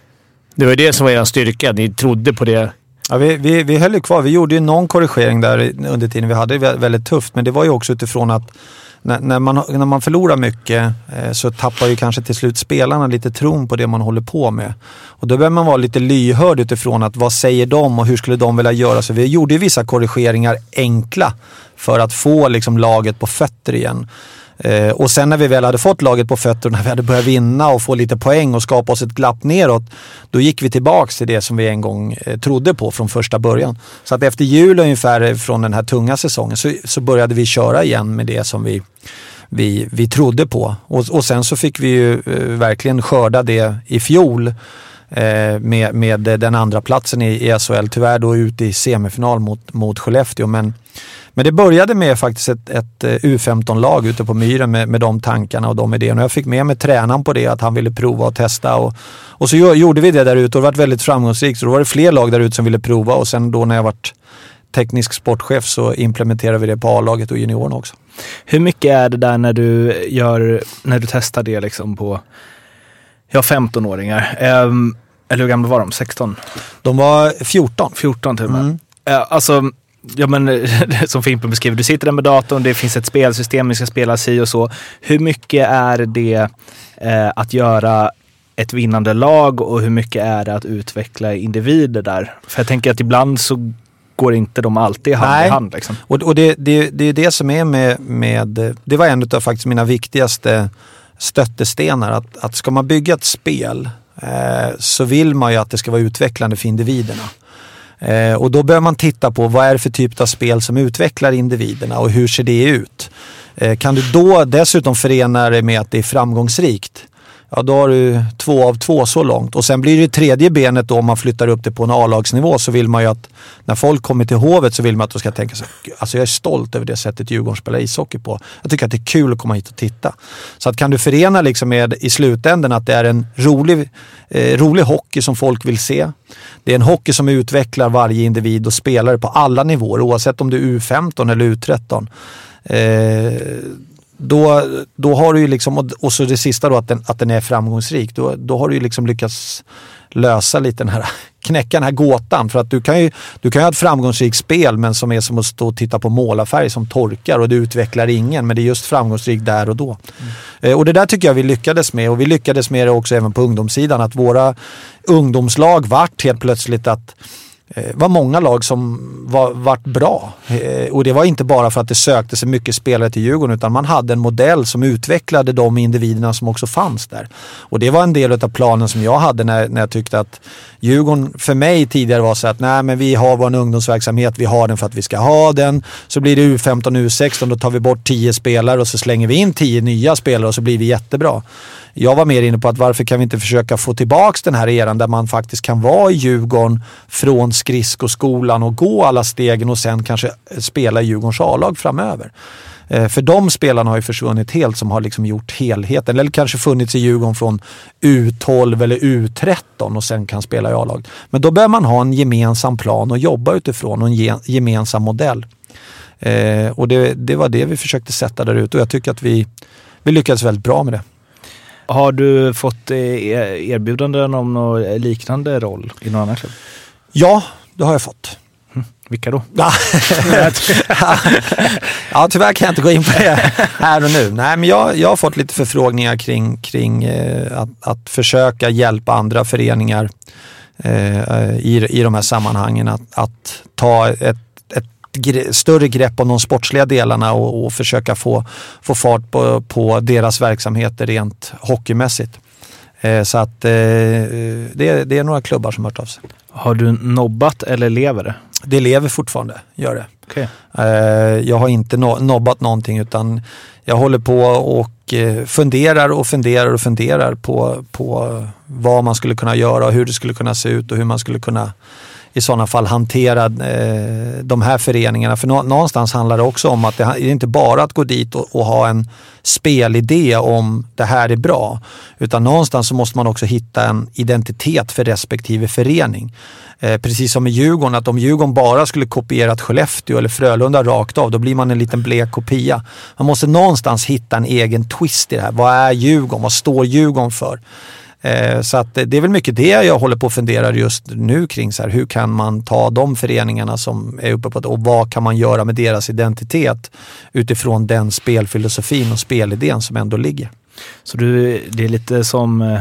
[SPEAKER 8] det var det som var er styrka, ni trodde på det.
[SPEAKER 2] Ja, vi, vi, vi höll ju kvar. Vi gjorde ju någon korrigering där under tiden vi hade det väldigt tufft. Men det var ju också utifrån att när, när, man, när man förlorar mycket eh, så tappar ju kanske till slut spelarna lite tron på det man håller på med. Och då behöver man vara lite lyhörd utifrån att vad säger de och hur skulle de vilja göra. Så vi gjorde ju vissa korrigeringar enkla för att få liksom, laget på fötter igen. Eh, och sen när vi väl hade fått laget på fötter, när vi hade börjat vinna och få lite poäng och skapa oss ett glapp neråt, då gick vi tillbaks till det som vi en gång eh, trodde på från första början. Så att efter jul ungefär från den här tunga säsongen så, så började vi köra igen med det som vi, vi, vi trodde på. Och, och sen så fick vi ju eh, verkligen skörda det i fjol eh, med, med den andra platsen i, i S H L. Tyvärr då ut i semifinal mot, mot Skellefteå, men Men det började med faktiskt ett, ett U femton-lag ute på Myren med, med de tankarna och de idéerna. Jag fick med mig tränaren på det, att han ville prova och testa. Och, och så gjorde vi det där ute och det var väldigt framgångsrikt. Så då var det fler lag där ute som ville prova och sen då när jag varit teknisk sportchef så implementerade vi det på A-laget och juniorerna också.
[SPEAKER 1] Hur mycket är det där när du, gör, när du testar det liksom på ja, femton-åringar? Um, eller hur gamla var de? sexton?
[SPEAKER 2] De var fjorton.
[SPEAKER 1] fjorton till och med. Mm. Uh, alltså... Ja, men som Fimpen beskriver, du sitter där med datorn, det finns ett spelsystem, vi ska spela si och så. Hur mycket är det eh, att göra ett vinnande lag och hur mycket är det att utveckla individer där? För jag tänker att ibland så går inte de alltid hand Nej. i hand. Liksom.
[SPEAKER 2] Och, och det, det, det är det som är med, med... Det var en av faktiskt mina viktigaste stöttestenar. Att, att ska man bygga ett spel eh, så vill man ju att det ska vara utvecklande för individerna. Eh, och då bör man titta på vad är det för typ av spel som utvecklar individerna och hur ser det ut. Eh, kan du då dessutom förena det med att det är framgångsrikt, ja då har du två av två så långt. Och sen blir det tredje benet då om man flyttar upp det på en A-lagsnivå, så vill man ju att när folk kommer till Hovet så vill man att de ska tänka så alltså jag är stolt över det sättet Djurgården spelar ishockey på. Jag tycker att det är kul att komma hit och titta. Så att kan du förena liksom med i slutändan att det är en rolig, eh, rolig hockey som folk vill se. Det är en hockey som utvecklar varje individ och spelare på alla nivåer, oavsett om du är U femton eller U tretton. Eh, Då, då har du ju liksom, och så det sista då att den, att den är framgångsrik, då, då har du ju liksom lyckats lösa lite den här, knäcka den här gåtan. För att du kan ju, du kan ju ha ett framgångsrikt spel men som är som att stå och titta på målarfärg som torkar och det utvecklar ingen, men det är just framgångsrikt där och då. Mm. Eh, och det där tycker jag vi lyckades med, och vi lyckades med det också även på ungdomssidan, att våra ungdomslag vart helt plötsligt att det var många lag som var vart bra. Och det var inte bara för att det sökte sig mycket spelare till Djurgården, utan man hade en modell som utvecklade de individerna som också fanns där. Och det var en del av planen som jag hade när, när jag tyckte att Djurgården för mig tidigare var så att nej, men vi har vår ungdomsverksamhet, vi har den för att vi ska ha den. Så blir det U femton, U sexton, då tar vi bort tio spelare och så slänger vi in tio nya spelare och så blir vi jättebra. Jag var mer inne på att varför kan vi inte försöka få tillbaks den här eran där man faktiskt kan vara i Djurgården från skridskoskolan och gå alla stegen och sen kanske spela i Djurgårdens A-lag framöver. Eh, för de spelarna har ju försvunnit helt som har liksom gjort helheten, eller kanske funnits i Djurgården från U tolv eller U tretton och sen kan spela i A-lag. Men då bör man ha en gemensam plan och jobba utifrån och en ge- gemensam modell. Eh, och det, det var det vi försökte sätta där ute och jag tycker att vi, vi lyckades väldigt bra med det.
[SPEAKER 1] Har du fått erbjudanden om någon liknande roll i någon annan klubb?
[SPEAKER 2] Ja, det har jag fått.
[SPEAKER 1] Mm. Vilka då?
[SPEAKER 2] Ja. ja, tyvärr kan jag inte gå in på det här och nu. Nej, men jag, jag har fått lite förfrågningar kring, kring eh, att, att försöka hjälpa andra föreningar eh, i, i de här sammanhangen att, att ta ett större grepp om de sportsliga delarna och, och försöka få, få fart på, på deras verksamheter rent hockeymässigt. Eh, så att eh, det, är, det är några klubbar som har hört av sig.
[SPEAKER 1] Har du nobbat eller lever det?
[SPEAKER 2] Det lever fortfarande, gör det.
[SPEAKER 1] Okay.
[SPEAKER 2] Eh, jag har inte no- nobbat någonting utan jag håller på och eh, funderar och funderar och funderar på, på vad man skulle kunna göra och hur det skulle kunna se ut och hur man skulle kunna i sådana fall hantera eh, de här föreningarna. För nå- någonstans handlar det också om att det är inte bara att gå dit och, och ha en spelidé om det här är bra. Utan någonstans så måste man också hitta en identitet för respektive förening. Eh, precis som i Djurgården, att om Djurgården bara skulle kopiera ett Skellefteå eller Frölunda rakt av, då blir man en liten blek kopia. Man måste någonstans hitta en egen twist i det här. Vad är Djurgården? Vad står Djurgården för? Så att det är väl mycket det jag håller på att fundera just nu kring. Så här, hur kan man ta de föreningarna som är uppe på det och vad kan man göra med deras identitet utifrån den spelfilosofin och spelidén som ändå ligger.
[SPEAKER 1] Så du, det är lite som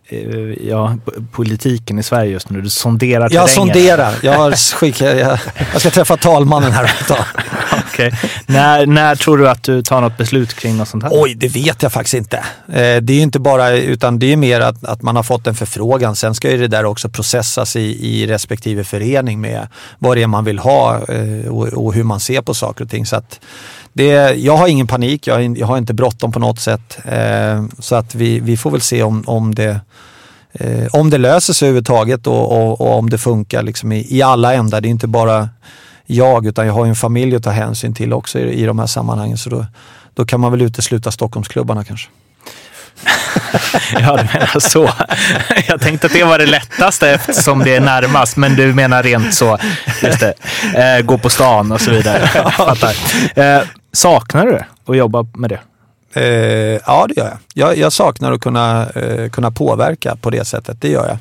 [SPEAKER 1] ja, politiken i Sverige just nu. Du sonderar terrängen.
[SPEAKER 2] Jag sonderar. Jag, har skickat, jag, jag ska träffa talmannen här.
[SPEAKER 1] Okay. när, när tror du att du tar något beslut kring något sånt här?
[SPEAKER 2] Oj, det vet jag faktiskt inte. Det är ju inte bara, utan det är mer att, att man har fått en förfrågan. Sen ska ju det där också processas i, i respektive förening med vad det är man vill ha och, och hur man ser på saker och ting. Så att det, jag har ingen panik, jag, jag har inte bråttom på något sätt. Så att vi, vi får väl se om, om det om det löser sig överhuvudtaget och, och, och om det funkar liksom i, i alla ändar. Det är inte bara jag, utan jag har ju en familj att ta hänsyn till också i, i de här sammanhangen. Så då, då kan man väl utesluta Stockholmsklubbarna kanske.
[SPEAKER 1] Ja, du menar så. Jag tänkte att det var det lättaste eftersom det är närmast. Men du menar rent så. Just det. Eh, gå på stan och så vidare. eh, saknar du det att jobba med det?
[SPEAKER 2] Eh, ja, det gör jag. Jag, jag saknar att kunna, eh, kunna påverka på det sättet. Det gör jag.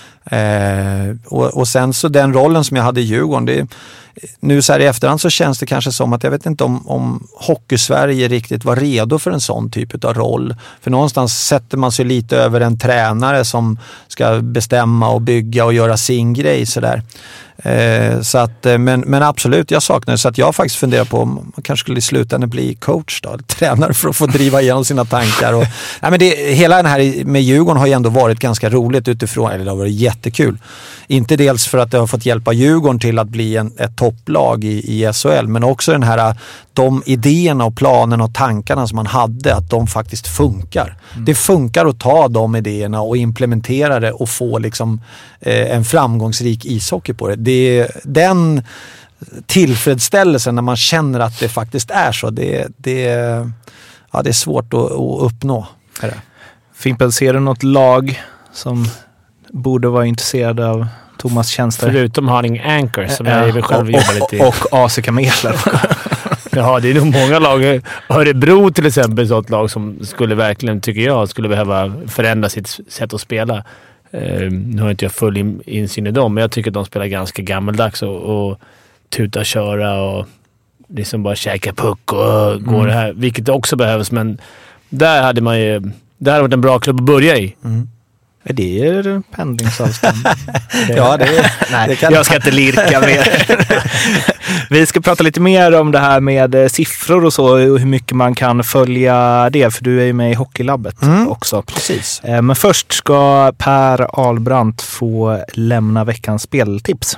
[SPEAKER 2] Eh, och, och sen så den rollen som jag hade i Djurgården, det, nu så här i efterhand så känns det kanske som att jag vet inte om, om Hockey-Sverige riktigt var redo för en sån typ av roll. För någonstans sätter man sig lite över en tränare som ska bestämma och bygga och göra sin grej sådär. Eh, så att, men, men absolut, jag saknar det. Så att jag faktiskt funderar på om man kanske skulle i slutändan bli coach då, tränare för att få driva igenom sina tankar. Och, nej, men det, hela den här med Djurgården har ju ändå varit ganska roligt utifrån, eller det har varit jättekul. Inte dels för att det har fått hjälpa Djurgården till att bli en, ett topplag i, i S H L, men också den här, de idéerna och planerna och tankarna som man hade, att de faktiskt funkar. Mm. Det funkar att ta de idéerna och implementera det och få liksom, eh, en framgångsrik ishockey på det. det. Den tillfredsställelsen när man känner att det faktiskt är så, det, det, ja, det är svårt att, att uppnå.
[SPEAKER 1] Fimpen, ser du något lag som borde vara intresserade av Thomas tjänster?
[SPEAKER 8] Förutom Haning Anchor som ja, jag själv
[SPEAKER 1] och,
[SPEAKER 8] jobbar lite i.
[SPEAKER 1] Och A C Kameler.
[SPEAKER 8] Ja, det är nog många lag. Örebro till exempel är ett lag som skulle verkligen, tycker jag, skulle behöva förändra sitt sätt att spela. Eh, nu har inte jag full in, insyn i dem, men jag tycker att de spelar ganska gammaldags och, och tuta, köra och liksom bara käka puck och mm. gå det här, vilket också behövs, men där hade man ju, där hade varit en bra klubb att börja i.
[SPEAKER 1] Mm. Är det pendlingsavstånd?
[SPEAKER 2] Ja, det är,
[SPEAKER 1] nej,
[SPEAKER 2] det kan
[SPEAKER 1] jag ska inte lirka mer. Vi ska prata lite mer om det här med siffror och så, och hur mycket man kan följa det, för du är ju med i Hockeylabbet mm, också.
[SPEAKER 2] Precis.
[SPEAKER 1] Men först ska Per Ahlbrandt få lämna veckans speltips.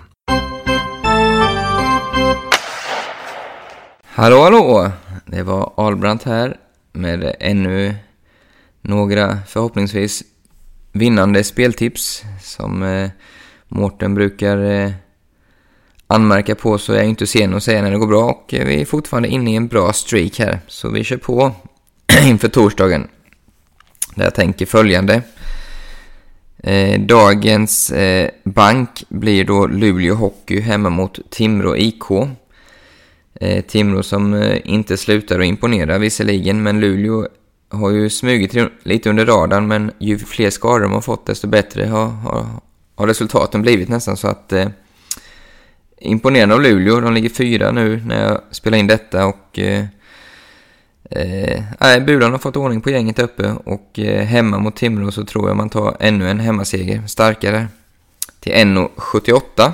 [SPEAKER 10] Hallå, hallå! Det var Ahlbrandt här med ännu några förhoppningsvis vinnande speltips som eh, Mårten brukar eh, anmärka på, så jag är inte sen att säga när det går bra, och eh, vi är fortfarande inne i en bra streak här, så vi kör på inför torsdagen där jag tänker följande. Eh, dagens eh, bank blir då Luleå Hockey hemma mot Timrå I K. Eh, Timrå som eh, inte slutar att imponera visserligen, men Luleå har ju smugit lite under radarn, men ju fler skador de har fått desto bättre har, har, har resultaten blivit nästan, så att eh, imponerande av Luleå. De ligger fyra nu när jag spelar in detta, och eh, eh, Bulan har fått ordning på gänget uppe, och eh, hemma mot Timrå så tror jag man tar ännu en hemmaseger starkare till en sjuttioåtta.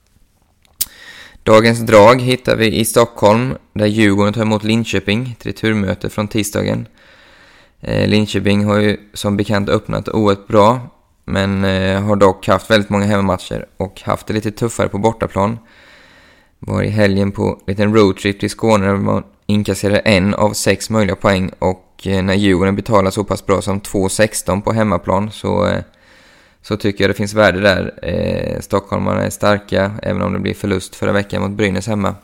[SPEAKER 10] Dagens drag hittar vi i Stockholm där Djurgården tar emot Linköping till turmöte från tisdagen. Eh, Linköping har ju som bekant öppnat oerhört bra, men eh, har dock haft väldigt många hemmamatcher och haft det lite tuffare på bortaplan. Var i helgen på en liten roadtrip till Skåne där man inkasserade en av sex möjliga poäng, och eh, när Djurgården betalar så pass bra som två sexton på hemmaplan så, eh, så tycker jag det finns värde där. Eh, Stockholmarna är starka, även om det blir förlust förra veckan mot Brynäs hemma.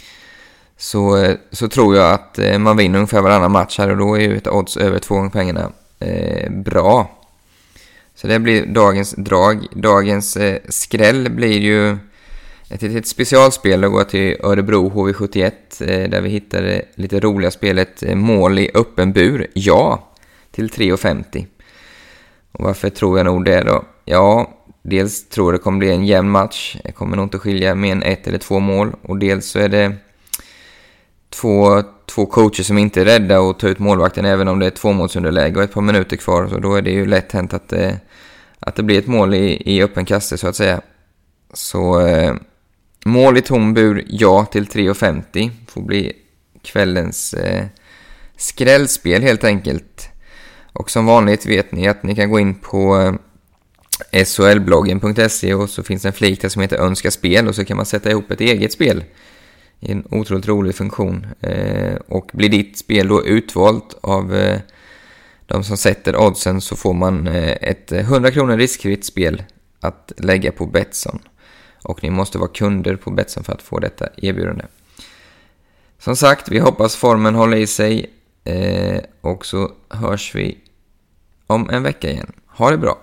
[SPEAKER 10] Så, så tror jag att eh, man vinner ungefär varannan match här, och då är ju ett odds över två gånger pengarna eh, bra. Så det blir dagens drag. Dagens eh, skräll blir ju ett, ett specialspel och går till Örebro H V sjuttioett eh, där vi hittade lite roliga spelet eh, mål i öppen bur. Ja, till tre femtio. Och varför tror jag nog det då? Ja, dels tror jag det kommer bli en jämn match. Det kommer nog inte skilja mer än ett eller två mål. Och dels så är det Två, två coacher som inte är rädda att ta ut målvakten även om det är två målsunderläge och ett par minuter kvar. Så då är det ju lätt hänt att det, att det blir ett mål i, i öppen kasse så att säga. Så eh, mål i tom bur, ja till tre femtio. Får bli kvällens eh, skrällspel helt enkelt. Och som vanligt vet ni att ni kan gå in på eh, s h l bloggen punkt se och så finns en flik där som heter önska spel, och så kan man sätta ihop ett eget spel. En otroligt rolig funktion. Eh, och blir ditt spel då utvalt av eh, de som sätter oddsen, så får man eh, ett hundra kronor riskfritt spel att lägga på Betsson. Och ni måste vara kunder på Betsson för att få detta erbjudande. Som sagt, vi hoppas formen håller i sig. Eh, och så hörs vi om en vecka igen. Ha det bra!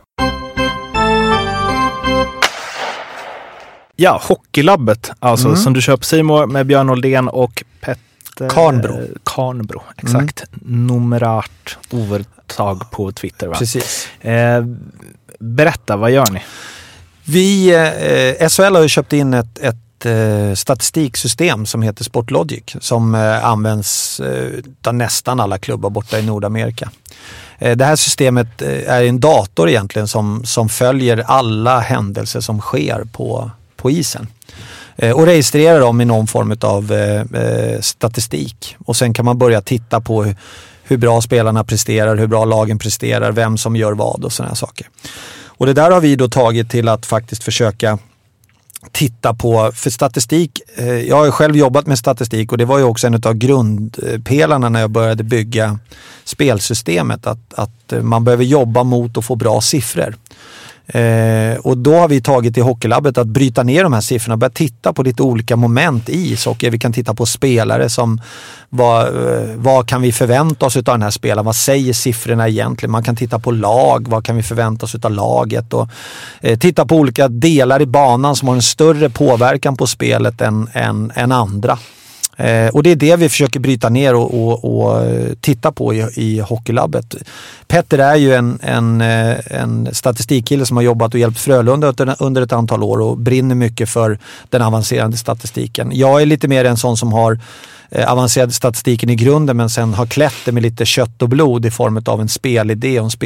[SPEAKER 1] Ja, Hockeylabbet, alltså, mm. som du kör på C More med Björn Oldén och Petter
[SPEAKER 2] Karnbro.
[SPEAKER 1] Karnbro, exakt. Mm. Numerart övertag på Twitter, va?
[SPEAKER 2] Precis.
[SPEAKER 1] Eh, berätta, vad gör ni?
[SPEAKER 2] Vi, eh, S H L har ju köpt in ett, ett eh, statistiksystem som heter Sportlogic, som eh, används eh, av nästan alla klubbar borta i Nordamerika. Eh, det här systemet eh, är en dator egentligen som, som följer alla händelser som sker på, på isen. Eh, och registrerar dem i någon form av eh, statistik. Och sen kan man börja titta på hur, hur bra spelarna presterar, hur bra lagen presterar, vem som gör vad och sådana här saker. Och det där har vi då tagit till att faktiskt försöka titta på, för statistik, eh, jag har ju själv jobbat med statistik och det var ju också en av grundpelarna när jag började bygga spelsystemet, att, att man behöver jobba mot att få bra siffror. Eh, och då har vi tagit i Hockeylabbet att bryta ner de här siffrorna och börja titta på lite olika moment i ishockey. Vi kan titta på spelare som vad, vad kan vi förvänta oss av den här spelaren, vad säger siffrorna egentligen, man kan titta på lag, vad kan vi förvänta oss av laget, och eh, titta på olika delar i banan som har en större påverkan på spelet än, än, än andra. Eh, och det är det vi försöker bryta ner och, och, och titta på i, i hockeylabbet. Petter är ju en, en, en statistikkille som har jobbat och hjälpt Frölunda under ett antal år och brinner mycket för den avancerade statistiken. Jag är lite mer en sån som har eh, avancerad statistiken i grunden, men sen har klätt det med lite kött och blod i form av en spelidé och en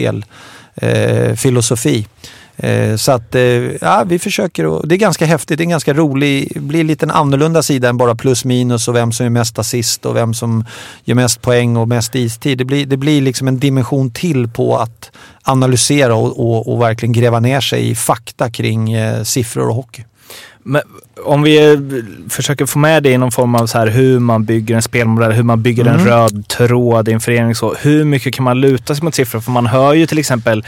[SPEAKER 2] spelfilosofi. Eh, Eh, så att eh, ja, vi försöker, och det är ganska häftigt, det är en ganska rolig, blir lite en annorlunda sida än bara plus minus och vem som är mest assist och vem som gör mest poäng och mest istid. Det blir, det blir liksom en dimension till på att analysera och, och, och verkligen gräva ner sig i fakta kring eh, siffror och hockey.
[SPEAKER 1] Men om vi försöker få med det i någon form av så här hur man bygger en spelmodell, hur man bygger mm. en röd tråd i en förening, så hur mycket kan man luta sig mot siffror? För man hör ju till exempel,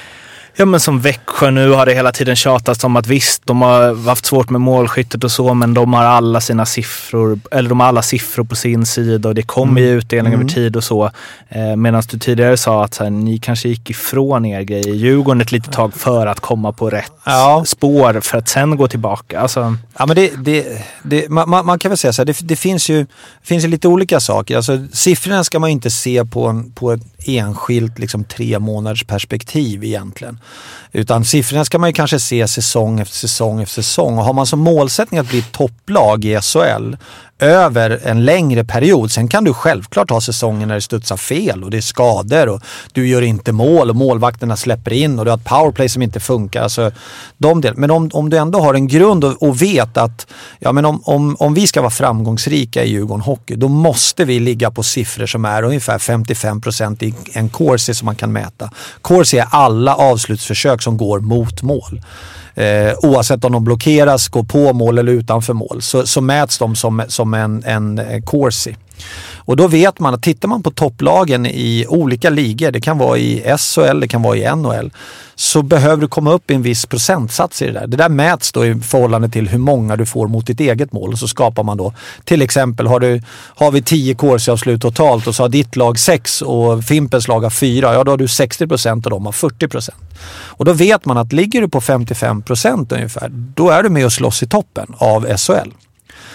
[SPEAKER 1] ja men som Växjö nu har det hela tiden tjatats om att visst, de har haft svårt med målskyttet och så, men de har alla sina siffror, eller de har alla siffror på sin sida och det kommer ju utdelning mm. över tid och så. Eh, Medan du tidigare sa att så här, ni kanske gick ifrån er grej i Djurgården ett litet tag för att komma på rätt ja. spår för att sen gå tillbaka. Alltså...
[SPEAKER 2] Ja, men det, det, det, man, man kan väl säga så här, det, det finns ju det finns ju lite olika saker. Alltså, siffrorna ska man inte se på, en, på ett enskilt liksom, tre månaders perspektiv egentligen. Utan siffrorna ska man ju kanske se säsong efter säsong efter säsong. Och har man som målsättning att bli ett topplag i S H L över en längre period, sen kan du självklart ha säsonger när det studsar fel och det är skador och du gör inte mål och målvakterna släpper in och du har ett powerplay som inte funkar. Alltså, de del. Men om, om du ändå har en grund och, och vet att ja, men om, om, om vi ska vara framgångsrika i Djurgården Hockey, då måste vi ligga på siffror som är ungefär femtiofem procent i en Corsi som man kan mäta. Corsi är alla avslutsförsök som går mot mål. Eh, oavsett om de blockeras, går på mål eller utanför mål, så, så mäts de som, som en, en Corsi. Och då vet man att tittar man på topplagen i olika ligor, det kan vara i S H L, det kan vara i N H L, så behöver du komma upp i en viss procentsats i det där. Det där mäts då i förhållande till hur många du får mot ditt eget mål, och så skapar man då, till exempel har, du, har vi tio Corsi-avslut totalt och så har ditt lag sex och Fimpens lag har fyra, ja då har du sextio procent och de har fyrtio procent. Och då vet man att ligger du på femtiofem procent ungefär, då är du med och slåss i toppen av S H L.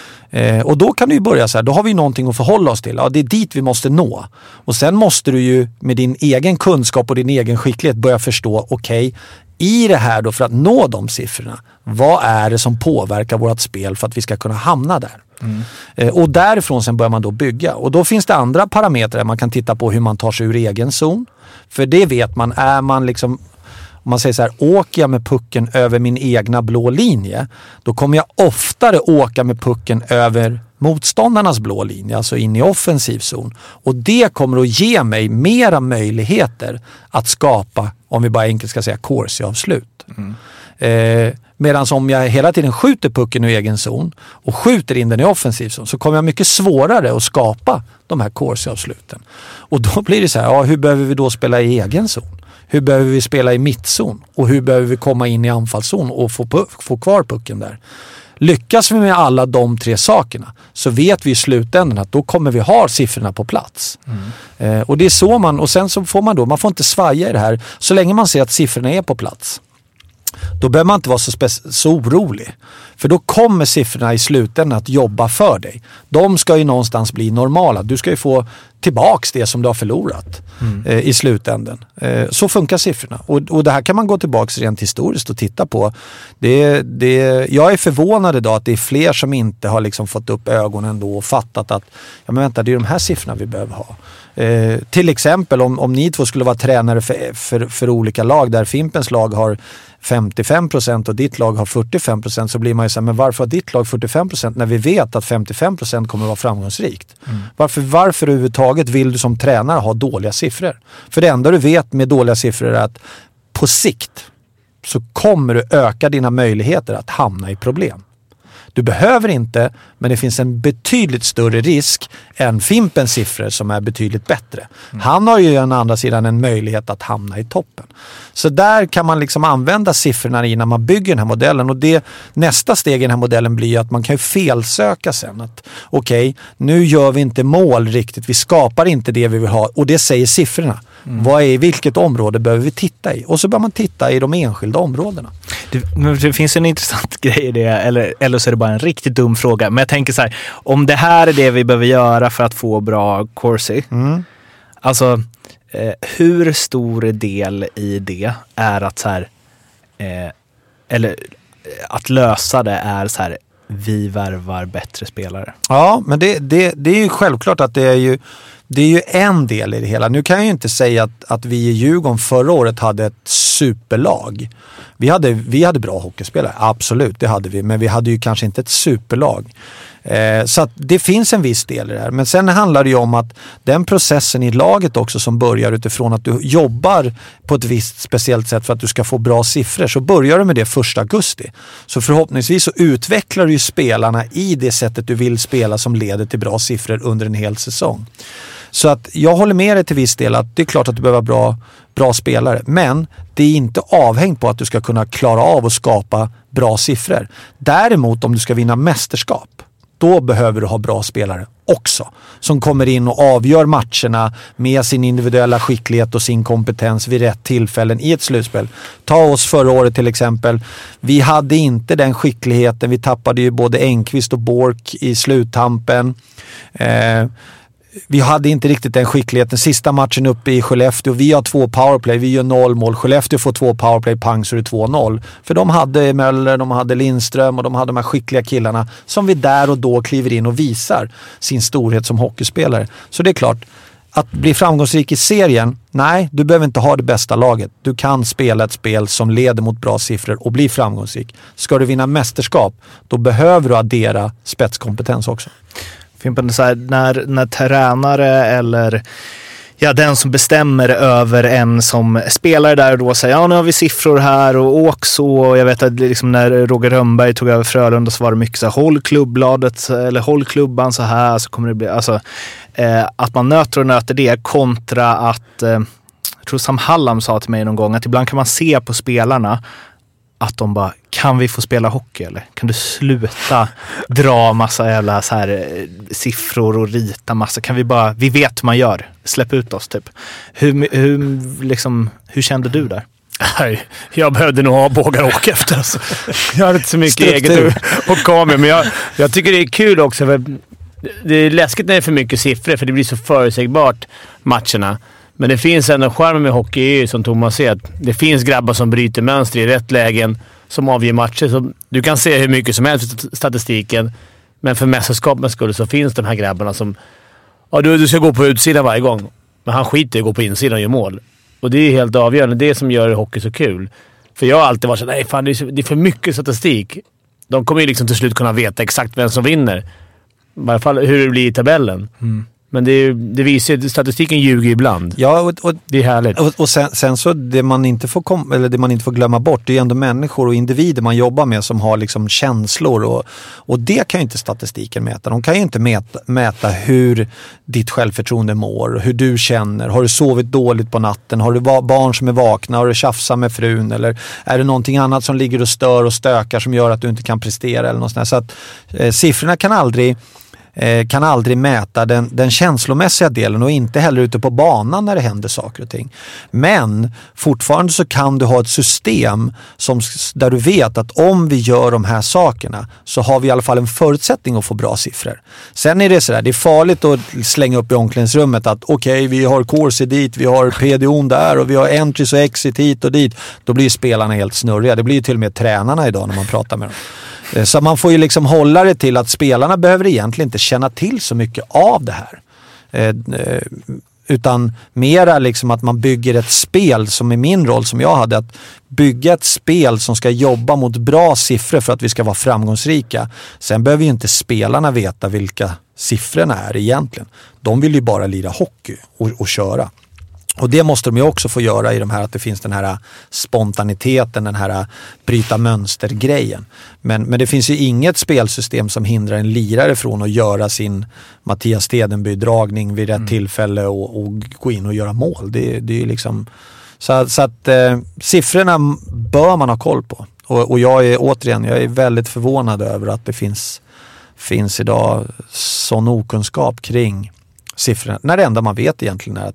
[SPEAKER 2] Eh, och då kan du ju börja så här, då har vi någonting att förhålla oss till. Ja, det är dit vi måste nå. Och sen måste du ju med din egen kunskap och din egen skicklighet börja förstå, okej, okay, i det här då för att nå de siffrorna, vad är det som påverkar vårt spel för att vi ska kunna hamna där? Mm. Eh, och därifrån sen börjar man då bygga. Och då finns det andra parametrar. Man kan titta på hur man tar sig ur egen zon. För det vet man, är man liksom... Om man säger så här, åker jag med pucken över min egna blå linje, då kommer jag oftare åka med pucken över motståndarnas blå linje, alltså in i offensiv zon. Och det kommer att ge mig mera möjligheter att skapa, om vi bara enkelt ska säga, Corsi-avslut. Mm. Eh, Medan om jag hela tiden skjuter pucken i egen zon och skjuter in den i offensiv zon, så kommer jag mycket svårare att skapa de här Corsi-avsluten. Och då blir det så här, ja, hur behöver vi då spela i egen zon? Hur behöver vi spela i mittzon? Och hur behöver vi komma in i anfallszon och få, pu- få kvar pucken där? Lyckas vi med alla de tre sakerna, så vet vi i slutändan att då kommer vi ha siffrorna på plats. Mm. Eh, och det är så man, och sen så får man då, man får inte svaja i det här. Så länge man ser att siffrorna är på plats, då behöver man inte vara så, spe- så orolig. För då kommer siffrorna i slutändan att jobba för dig. De ska ju någonstans bli normala. Du ska ju få tillbaks det som du har förlorat mm. eh, i slutändan. Eh, så funkar siffrorna. Och, och det här kan man gå tillbaks rent historiskt och titta på. Det, det, jag är förvånad idag att det är fler som inte har liksom fått upp ögonen då och fattat att ja, men vänta, det är de här siffrorna vi behöver ha. Eh, till exempel om, om ni två skulle vara tränare för, för, för olika lag, där Fimpens lag har femtiofem procent och ditt lag har fyrtiofem procent, så blir man ju så här, men varför har ditt lag fyrtiofem procent när vi vet att femtiofem procent kommer att vara framgångsrikt? Mm. Varför, varför överhuvudtaget vill du som tränare ha dåliga siffror? För det enda du vet med dåliga siffror är att på sikt så kommer du öka dina möjligheter att hamna i problem. Du behöver inte, men det finns en betydligt större risk än Fimpens siffror som är betydligt bättre. Mm. Han har ju å andra sidan en möjlighet att hamna i toppen. Så där kan man liksom använda siffrorna i när man bygger den här modellen. Och det, nästa steg i den här modellen blir att man kan ju felsöka sen. Att okej, okay, nu gör vi inte mål riktigt. Vi skapar inte det vi vill ha. Och det säger siffrorna. Mm. Vad är, vilket område behöver vi titta i? Och så bör man titta i de enskilda områdena.
[SPEAKER 1] Det, det finns en intressant grej i det, eller, eller så är det bara en riktigt dum fråga. Men jag tänker så här, om det här är det vi behöver göra för att få bra Corsi, mm. alltså eh, hur stor del i det är att så här, eh, eller att lösa det är så här, vi värvar bättre spelare.
[SPEAKER 2] Ja, men det, det, det är ju självklart att det är ju Det är ju en del i det hela. Nu kan jag ju inte säga att, att vi i Djurgården förra året hade ett superlag. Vi hade, vi hade bra hockeyspelare, absolut, det hade vi. Men vi hade ju kanske inte ett superlag. Eh, så att det finns en viss del i det här. Men sen handlar det ju om att den processen i laget också som börjar utifrån att du jobbar på ett visst speciellt sätt för att du ska få bra siffror. Så börjar du med det första augusti. Så förhoppningsvis så utvecklar du ju spelarna i det sättet du vill spela som leder till bra siffror under en hel säsong. Så att jag håller med dig till viss del att det är klart att du behöver bra, bra spelare. Men det är inte avhängt på att du ska kunna klara av att skapa bra siffror. Däremot om du ska vinna mästerskap, då behöver du ha bra spelare också. Som kommer in och avgör matcherna med sin individuella skicklighet och sin kompetens vid rätt tillfällen i ett slutspel. Ta oss förra året till exempel. Vi hade inte den skickligheten. Vi tappade ju både Enqvist och Bork i sluttampen. Eh... Vi hade inte riktigt den skickligheten. Sista matchen uppe i Skellefteå. Vi har två powerplay. Vi gör noll mål. Skellefteå får två powerplay. Pang så är det två noll. För de hade Möller, de hade Lindström och de hade de här skickliga killarna som vi där och då kliver in och visar sin storhet som hockeyspelare. Så det är klart, att bli framgångsrik i serien, nej, du behöver inte ha det bästa laget. Du kan spela ett spel som leder mot bra siffror och bli framgångsrik. Ska du vinna mästerskap, då behöver du addera spetskompetens också.
[SPEAKER 1] Fimpen, så här, när, när tränare eller ja, den som bestämmer över en som spelare där och då säger ja, nu har vi siffror här och åk så. Och jag vet att liksom när Roger Rönnberg tog över Frölunda så var det mycket så här, håll klubbbladet eller håll klubban så här, så kommer det bli, alltså eh, att man nöter och nöter det kontra att eh, jag tror Sam Hallam sa till mig någon gång att ibland kan man se på spelarna att de bara, kan vi få spela hockey eller? Kan du sluta dra massa jävla så här eh, siffror och rita massa? Kan vi bara, vi vet hur man gör. Släpp ut oss typ. Hur, hur, liksom, hur kände du där?
[SPEAKER 8] Nej, jag behövde nog ha bågar och åka efter. Alltså. Jag hade inte så mycket Struktur. eget och kameror, men jag, jag tycker det är kul också. För det är läskigt när det är för mycket siffror, för det blir så förutsägbart matcherna. Men det finns ändå skärm med hockey som Thomas säger. Att det finns grabbar som bryter mönster i rätt lägen som avgör matcher. Så du kan se hur mycket som helst i statistiken. Men för mästerskapens skull så finns de här grabbarna som... Ja, du, du ska gå på utsidan varje gång. Men han skiter i att gå på insidan och gör mål. Och det är helt avgörande. Det som gör hockey så kul. För jag har alltid varit så nej fan, det är, så, det är för mycket statistik. De kommer ju liksom till slut kunna veta exakt vem som vinner. I varje fall hur det blir i tabellen. Mm. Men det, det visar statistiken ljuger ibland.
[SPEAKER 2] Ja, och, och
[SPEAKER 8] det är härligt.
[SPEAKER 2] Och, och sen, sen så det man inte får kom, eller det man inte får glömma bort, det är ändå människor och individer man jobbar med som har liksom känslor och, och det kan ju inte statistiken mäta. De kan ju inte mäta, mäta hur ditt självförtroende mår, hur du känner. Har du sovit dåligt på natten? Har du barn som är vakna? Har du tjafsat med frun? Eller är det någonting annat som ligger och stör och stökar som gör att du inte kan prestera eller något sånt där? Så att eh, siffrorna kan aldrig kan aldrig mäta den, den känslomässiga delen och inte heller ute på banan när det händer saker och ting. Men fortfarande så kan du ha ett system som, där du vet att om vi gör de här sakerna så har vi i alla fall en förutsättning att få bra siffror. Sen är det sådär, det är farligt att slänga upp i omklädningsrummet att okej, okay, vi har Corsi dit, vi har P D O där och vi har entries och exit hit och dit. Då blir spelarna helt snurriga. Det blir ju till och med tränarna idag när man pratar med dem. Så man får ju liksom hålla det till att spelarna behöver egentligen inte känna till så mycket av det här. Eh, utan mera liksom att man bygger ett spel som är min roll som jag hade. Att bygga ett spel som ska jobba mot bra siffror för att vi ska vara framgångsrika. Sen behöver ju inte spelarna veta vilka siffrorna är egentligen. De vill ju bara lira hockey och, och köra. Och det måste de ju också få göra i de här att det finns den här spontaniteten, den här bryta mönster-grejen. Men, men det finns ju inget spelsystem som hindrar en lirare från att göra sin Mattias Stedenby-dragning vid rätt mm. tillfälle och, och gå in och göra mål. Det, det är ju liksom... Så, så att eh, siffrorna bör man ha koll på. Och, och jag är återigen, jag är väldigt förvånad över att det finns, finns idag sån okunskap kring siffrorna. När det enda man vet egentligen är att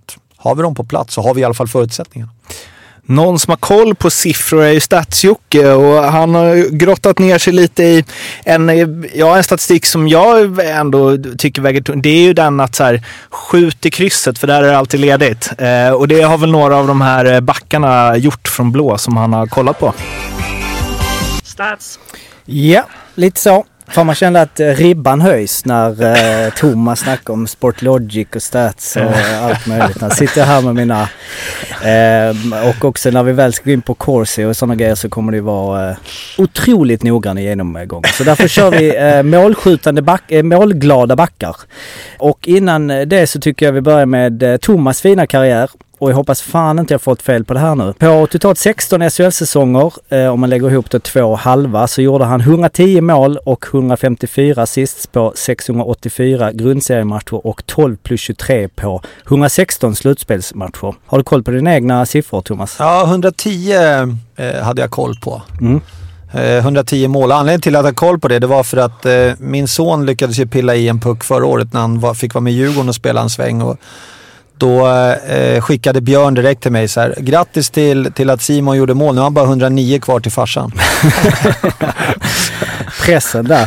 [SPEAKER 2] har vi dem på plats så har vi i alla fall förutsättningarna.
[SPEAKER 1] Någon som har koll på siffror är ju Statsjocke och han har grottat ner sig lite i en, ja, en statistik som jag ändå tycker väger tungt. Det är ju den att så här, skjut i krysset för där är det alltid ledigt. Eh, och det har väl några av de här backarna gjort från blå som han har kollat på.
[SPEAKER 5] Stats. Ja, lite så. Får man känna att ribban höjs när eh, Thomas snackar om Sportlogic och stats och allt möjligt. När jag sitter här med mina eh, och också när vi väl ska gå in på Corsi och sådana grejer så kommer det vara eh, otroligt noggrann genomgång. Så därför kör vi eh, målskjutande back, eh, målglada backar. Och innan det så tycker jag vi börjar med eh, Thomas fina karriär. Och jag hoppas fan inte jag fått fel på det här nu. På totalt sexton S H L-säsonger, eh, om man lägger ihop det två halva, så gjorde han hundratio mål och hundrafemtiofyra assists på sexhundraåttiofyra grundseriematcher och tolv plus tjugotre på hundrasexton slutspelsmatcher. Har du koll på dina egna siffror, Thomas?
[SPEAKER 2] Ja, hundratio eh, hade jag koll på.
[SPEAKER 5] Mm.
[SPEAKER 2] Eh, hundratio mål. Anledningen till att jag hade koll på det, det var för att eh, min son lyckades ju pilla i en puck förra året när han var, fick vara med Djurgården och spela en sväng och då eh, skickade Björn direkt till mig så här: grattis till, till att Simon gjorde mål. Nu har han bara hundranio kvar till farsan.
[SPEAKER 5] Pressen där.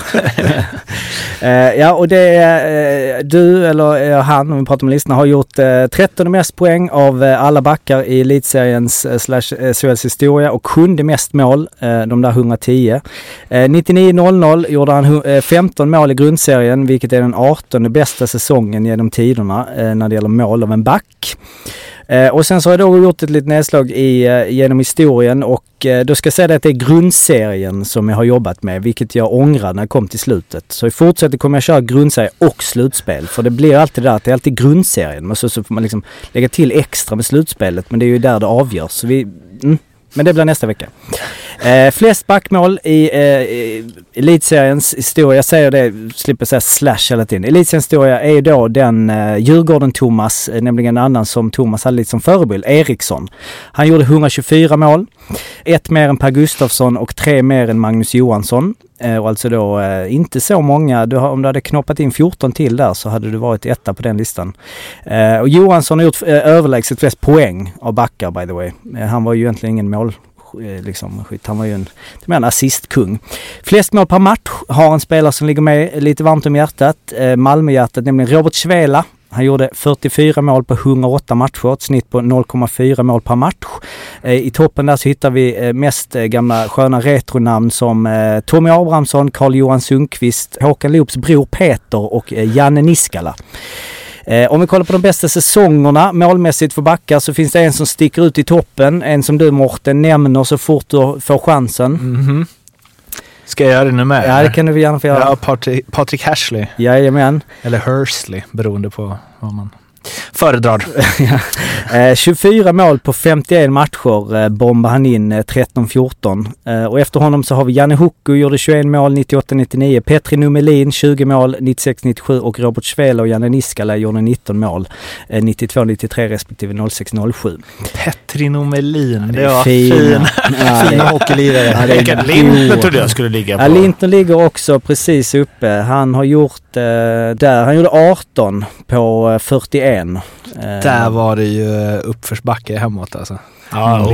[SPEAKER 5] uh, ja, och det är uh, du eller uh, han, om vi pratar med listorna, har gjort uh, tretton mest poäng av uh, alla backar i elitseriens uh, slash uh, S H L:s historia och sjunde mest mål, uh, de där hundratio. Uh, nittionio noll noll gjorde han uh, femton mål i grundserien, vilket är den artonde bästa säsongen genom tiderna uh, när det gäller mål av en back. Eh, och sen så har jag då gjort ett litet nedslag i, eh, genom historien och eh, då ska jag säga att det är grundserien som jag har jobbat med, vilket jag ångrar när jag kom till slutet. Så i fortsättning kommer jag köra grundserie och slutspel, för det blir alltid där att det är alltid grundserien, men så, så får man liksom lägga till extra med slutspelet, men det är ju där det avgörs. Så vi, mm, men det blir nästa vecka. Eh, flest backmål i eh, elitseriens historia, jag säger det, slipper säga slash hela tiden. Elitseriens historia är ju då den eh, Djurgården Thomas, eh, nämligen en annan som Thomas hade lite som förebild, Eriksson. Han gjorde hundratjugofyra mål, ett mer än Per Gustafsson och tre mer än Magnus Johansson. Eh, och alltså då eh, inte så många, du har, om du hade knoppat in fjorton till där så hade du varit etta på den listan. Eh, och Johansson har gjort eh, överlägset flest poäng av backar, by the way. Eh, han var ju egentligen ingen mål liksom skit. Han var ju en, en assistkung. Flest mål per match har en spelare som ligger med lite varmt om hjärtat, eh, Malmöhjärtat, nämligen Robert Svela. Han gjorde fyrtiofyra mål på hundraåtta matcher, ett snitt på noll komma fyra mål per match. Eh, I toppen där så hittar vi eh, mest eh, gamla sköna retronamn som eh, Tommy Abrahamsson, Carl-Johan Sundqvist, Håkan Loops bror Peter och eh, Janne Niskala. Eh, om vi kollar på de bästa säsongerna målmässigt för backar så finns det en som sticker ut i toppen. En som du, Morten, nämner så fort du får chansen.
[SPEAKER 1] Mm-hmm. Ska jag göra det nu med?
[SPEAKER 5] Ja, det kan du gärna få göra.
[SPEAKER 1] Ja, Patrick, Patrick Hashley.
[SPEAKER 5] Jajamän.
[SPEAKER 1] Eller Hursley, beroende på vad man föredrar.
[SPEAKER 5] eh, tjugofyra mål på femtioen matcher eh, bombar han in eh, tretton fjorton. Eh, och efter honom så har vi Janne Hukku, gjorde tjugoett mål nittioåtta nittionio. Petri Numelin tjugo mål nittiosex nittiosju och Robert Svela och Janne Niskala gjorde nitton mål eh, nittiotvå nittiotre respektive noll sex noll sju.
[SPEAKER 1] Petri Numelin, det, det var
[SPEAKER 5] fin.
[SPEAKER 1] fin.
[SPEAKER 5] Ja,
[SPEAKER 2] fina hockeylirare.
[SPEAKER 8] Ja, Rickard Lindner trodde jag skulle ligga på.
[SPEAKER 5] Ja, Lindner ligger också precis uppe. Han har gjort eh, där, han gjorde arton på eh, fyrtioen.
[SPEAKER 1] Där var det ju uppförsbacke hemåt alltså.
[SPEAKER 8] Ja,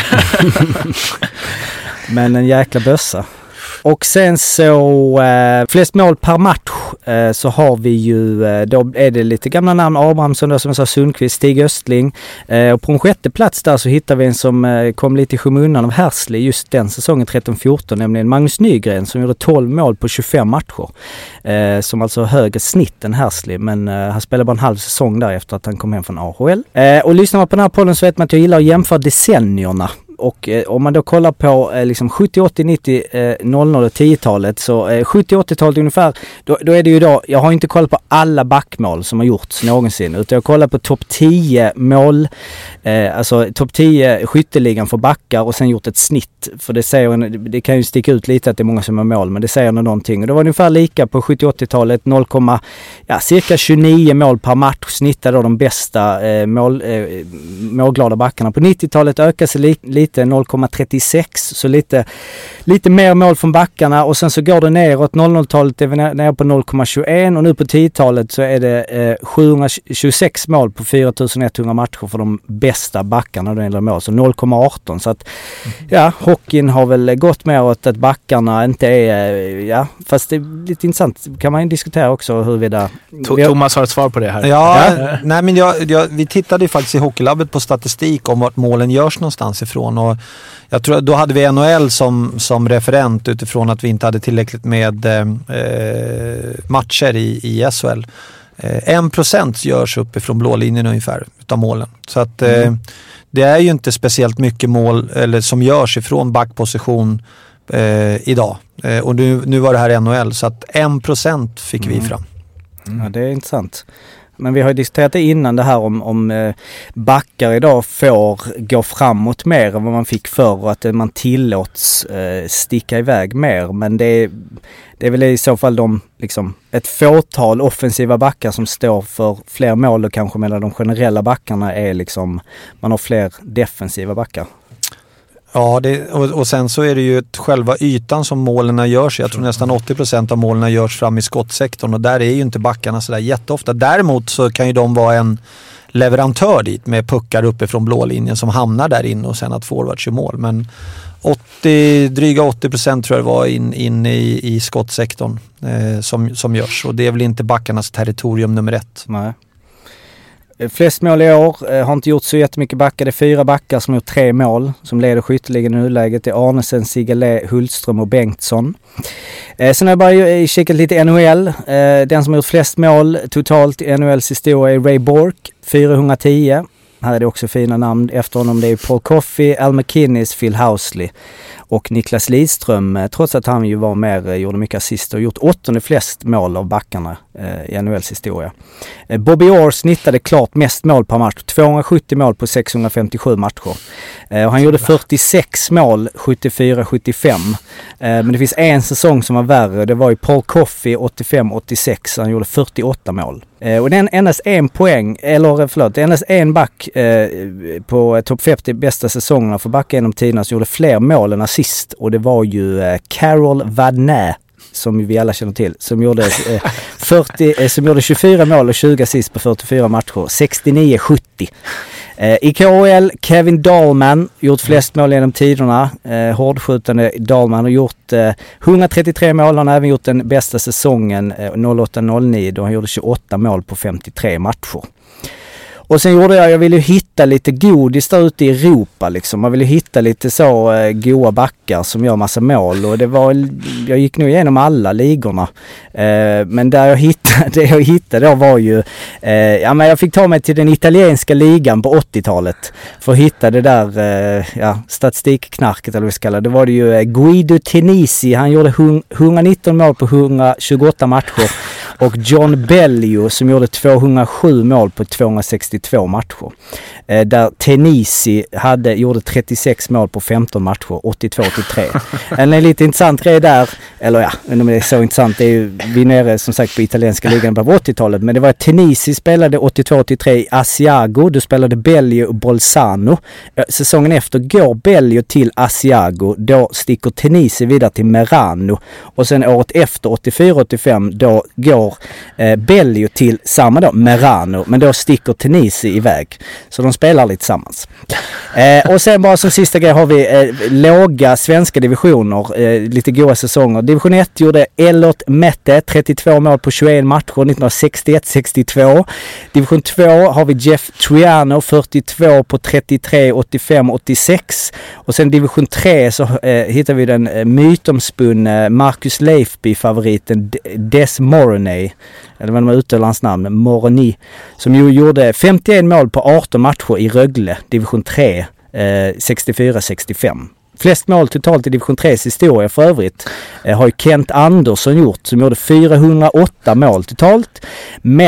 [SPEAKER 5] men en jäkla bössa. Och sen så eh, flest mål per match eh, så har vi ju, eh, då är det lite gamla namn, Abrahamsson då, som jag sa, Sundqvist, Stig Östling. Eh, och på en sjätte plats där så hittar vi en som eh, kom lite i skymundan av Hersley just den säsongen tretton fjorton, nämligen Magnus Nygren som gjorde tolv mål på tjugofem matcher. Eh, som alltså har högre snitt än Hersley, men eh, han spelade bara en halv säsong där efter att han kom hem från A H L. Eh, och lyssnar man på den här podden så vet man att jag gillar att jämföra decennierna. Och eh, om man då kollar på eh, liksom sjuttio, åttio, nittio, eh, noll noll och tio-talet så eh, sjuttio åttio-talet ungefär, då, då är det ju då, jag har inte kollat på alla backmål som har gjorts någonsin, utan jag kollar på topp tio mål, eh, alltså topp tio skytteligan för backar och sen gjort ett snitt, för det säger, det kan ju sticka ut lite att det är många som har mål, men det säger någonting. Och det var ungefär lika på sjuttio åttio-talet, noll, ja, cirka tjugonio mål per match snittade då de bästa eh, mål, eh, målglada backarna. På nittio-talet ökade sig li- lite genomsnitt noll komma trettiosex, så lite, lite mer mål från backarna, och sen så går det neråt. noll noll-talet är vi nere på noll komma tjugoett och nu på tio-talet så är det eh, sjuhundratjugosex mål på fyra tusen etthundra matcher för de bästa backarna då gäller mål, så noll komma arton. Så att ja, hockeyn har väl gått mer åt att backarna inte är, ja, fast det är lite intressant. Kan man ju diskutera också huruvida...
[SPEAKER 1] To- Thomas har ett svar på det här.
[SPEAKER 2] Ja, ja. nej men jag, jag, vi tittade ju faktiskt i Hockeylabbet på statistik om vart målen görs någonstans ifrån, och jag tror då hade vi N H L som, som referent utifrån att vi inte hade tillräckligt med eh, matcher i, i S H L. Eh, en procent görs uppifrån blå linjen ungefär utav målen. Så att eh, mm. det är ju inte speciellt mycket mål eller som görs ifrån backposition eh, idag. Eh, och nu, nu var det här N H L, så att en procent fick mm. vi fram.
[SPEAKER 5] Mm. Ja, det är intressant. Men vi har ju diskuterat det innan, det här om, om eh, backar idag får gå framåt mer än vad man fick förr, och att eh, man tillåts eh, sticka iväg mer. Men det är, det är väl i så fall de, liksom, ett fåtal offensiva backar som står för fler mål, och kanske medan de generella backarna är liksom, man har fler defensiva backar.
[SPEAKER 2] Ja, det, och, och sen så är det ju ett, själva ytan som målen görs. Jag tror nästan åttio procent av målen görs fram i skottsektorn, och där är ju inte backarna så där jätteofta. Däremot så kan ju de vara en leverantör dit med puckar uppifrån blå linjen som hamnar där inne, och sen att forwards gör mål. Men åttio, dryga åttio procent tror jag det var in, in i, i skottsektorn eh, som, som görs, och det är väl inte backarnas territorium nummer ett.
[SPEAKER 5] Nej. Flest mål i år, eh, har inte gjort så jättemycket backar. Det är fyra backar som har gjort tre mål, som leder skytteligan i nuläget. Det är Arnesen, Sigalé, Hultström och Bengtsson. Eh, sen har jag bara kikat lite N H L. Eh, den som har gjort flest mål totalt i N H L:s historia är Ray Bourque, fyrahundratio. Här är det också fina namn efter honom. Det är Paul Coffey, Al McInnes, Phil Housley och Niklas Lidström, trots att han ju var mer, gjorde mycket assist och gjort åttonde flest mål av backarna eh, i N H L:s historia. Eh, Bobby Orr snittade klart mest mål per match, tvåhundrasjuttio mål på sexhundrafemtiosju matcher. Eh, och han gjorde fyrtiosex mål, sjuttiofyra sjuttiofem. Eh, men det finns en säsong som var värre, det var ju Paul Coffey åttiofem åttiosex, han gjorde fyrtioåtta mål. Eh, och det är endast en poäng, eller förlåt, det är endast en back eh, på topp femtio bästa säsongerna för backar genom tiderna som gjorde fler mål än assist, och det var ju eh, Carol Vadnais, som vi alla känner till, som gjorde, eh, fyrtio, eh, som gjorde tjugofyra mål och tjugo assist på fyrtiofyra matcher, sextionio sjuttio. Eh, I K H L, Kevin Dahlman, gjort flest mål genom tiderna. Eh, hårdskjutande Dahlman har gjort eh, etthundratrettiotre mål. Han har även gjort den bästa säsongen eh, noll åtta noll nio, då han gjorde tjugoåtta mål på femtiotre matcher. Och sen gjorde jag, jag ville ju hitta lite godis där ute i Europa liksom. Man ville hitta lite så eh, goa backar som gör massa mål, och det var, jag gick nog igenom alla ligorna. Eh, men där jag hittade, det jag hittade då var ju, eh, ja men jag fick ta mig till den italienska ligan på åttiotalet för att hitta det där, eh, ja, statistikknarket eller vad vi ska kalla det. Det var det ju eh, Guido Tenisi, han gjorde etthundranitton mål på etthundratjugoåtta matcher. Och John Bellio som gjorde tvåhundrasju mål på tvåhundrasextiotvå matcher. Eh, där Tenisi hade, gjorde trettiosex mål på femton matcher, åttiotvå åttiotre. En lite intressant grej där, eller ja, men det är så intressant, det är ju, vi är nere som sagt på italienska ligan på åttiotalet, men det var att Tenisi spelade åttiotvå åttiotre i Asiago, då spelade Bellio och Bolzano. Säsongen efter går Bellio till Asiago, då sticker Tenisi vidare till Merano, och sen året efter åttiofyra åttiofem då går eh, Bellio till samma då, Merano, men då sticker Tenisi iväg. Så de spelar lite tillsammans. Eh, och sen bara som sista grej har vi eh, låga svenska divisioner, eh, lite goda säsonger. Division ett gjorde Elliot Mette trettiotvå mål på tjugoett matcher nittonhundrasextioett sextiotvå. Division två har vi Jeff Triano fyrtiotvå på trettiotre åttiofem åttiosex. Och sen division tre så eh, hittar vi den eh, mytomspunne Marcus Leifby-favoriten Des Moroney, eller vad man uttalar hans namn, Moroni, som ju gjorde femtioett mål på arton matcher i Rögle, division tre, eh, sextiofyra sextiofem. Flest mål totalt i division tres historia för övrigt eh, har ju Kent Andersson gjort, som gjorde fyrahundraåtta mål totalt. Men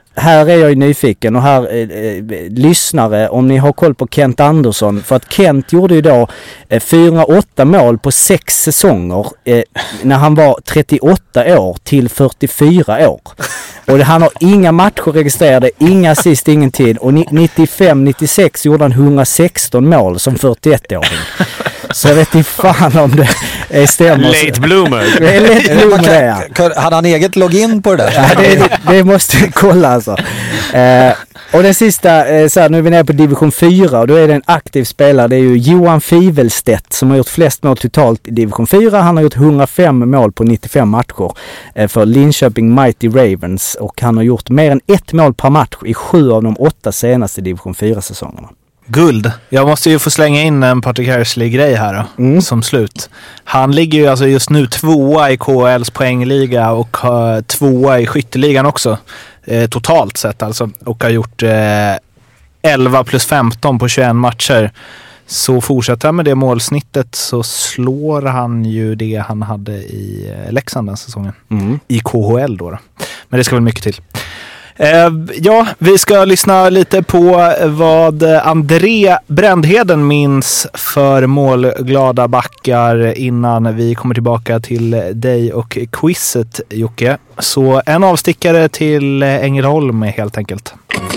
[SPEAKER 5] här är jag ju nyfiken och här eh, eh, lyssnare, om ni har koll på Kent Andersson, för att Kent gjorde ju då eh, fyrahundraåtta mål på sex säsonger eh, när han var trettioåtta år till fyrtiofyra år. Och det, han har inga matcher registrerade, inga assist, ingen tid. Och nittiofem nittiosex gjorde han hundrasexton mål som fyrtioett-åring. Så jag vet inte fan om det stämmer.
[SPEAKER 8] Late bloomer.
[SPEAKER 5] Det är late bloomer det, ja.
[SPEAKER 2] Hade han eget login på det där?
[SPEAKER 5] Ja, det, det måste vi kolla alltså. Eh, och den sista, eh, så här, nu är vi nere på division fyra och då är det en aktiv spelare. Det är ju Johan Fivelstedt som har gjort flest mål totalt i division fyra. Han har gjort hundrafem mål på nittiofem matcher eh, för Linköping Mighty Ravens. Och han har gjort mer än ett mål per match i sju av de åtta senaste division fyra-säsongerna.
[SPEAKER 1] Guld. Jag måste ju få slänga in en Patrick Hersley-grej här då, mm. som slut. Han ligger ju alltså just nu tvåa i K H L:s poängliga och uh, tvåa i skytteligan också. Eh, totalt sett alltså. Och har gjort eh, elva plus femton på tjugoett matcher. Så fortsätter han med det målsnittet så slår han ju det han hade i Leksand den säsongen. Mm. I K H L då, då. Men det ska väl mycket till. Eh, ja, vi ska lyssna lite på vad André Brändheden minns för målglada backar innan vi kommer tillbaka till dig och quizet, Jocke. Så en avstickare till Ängelholm helt enkelt.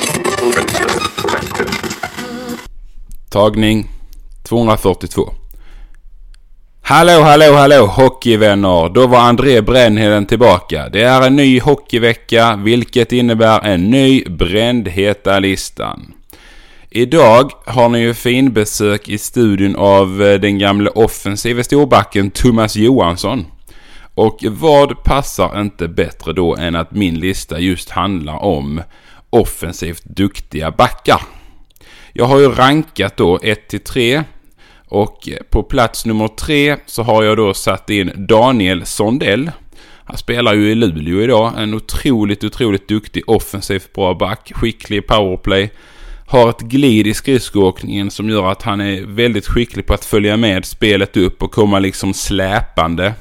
[SPEAKER 11] Tagning tvåhundrafyrtiotvå. Hallå, hallå, hallå hockeyvänner. Då var André Brändheden tillbaka. Det är en ny hockeyvecka, vilket innebär en ny brändheta listan. Idag har ni ju fin besök i studion av den gamla offensiva storbacken Thomas Johansson. Och vad passar inte bättre då än att min lista just handlar om offensivt duktiga backar. Jag har ju rankat då ett till tre. Och på plats nummer tre så har jag då satt in Daniel Sondell. Han spelar ju i Luleå idag. En otroligt, otroligt duktig offensivt bra back. Skicklig i powerplay. Har ett glid i skridskoåkningen som gör att han är väldigt skicklig på att följa med spelet upp och komma liksom släpande.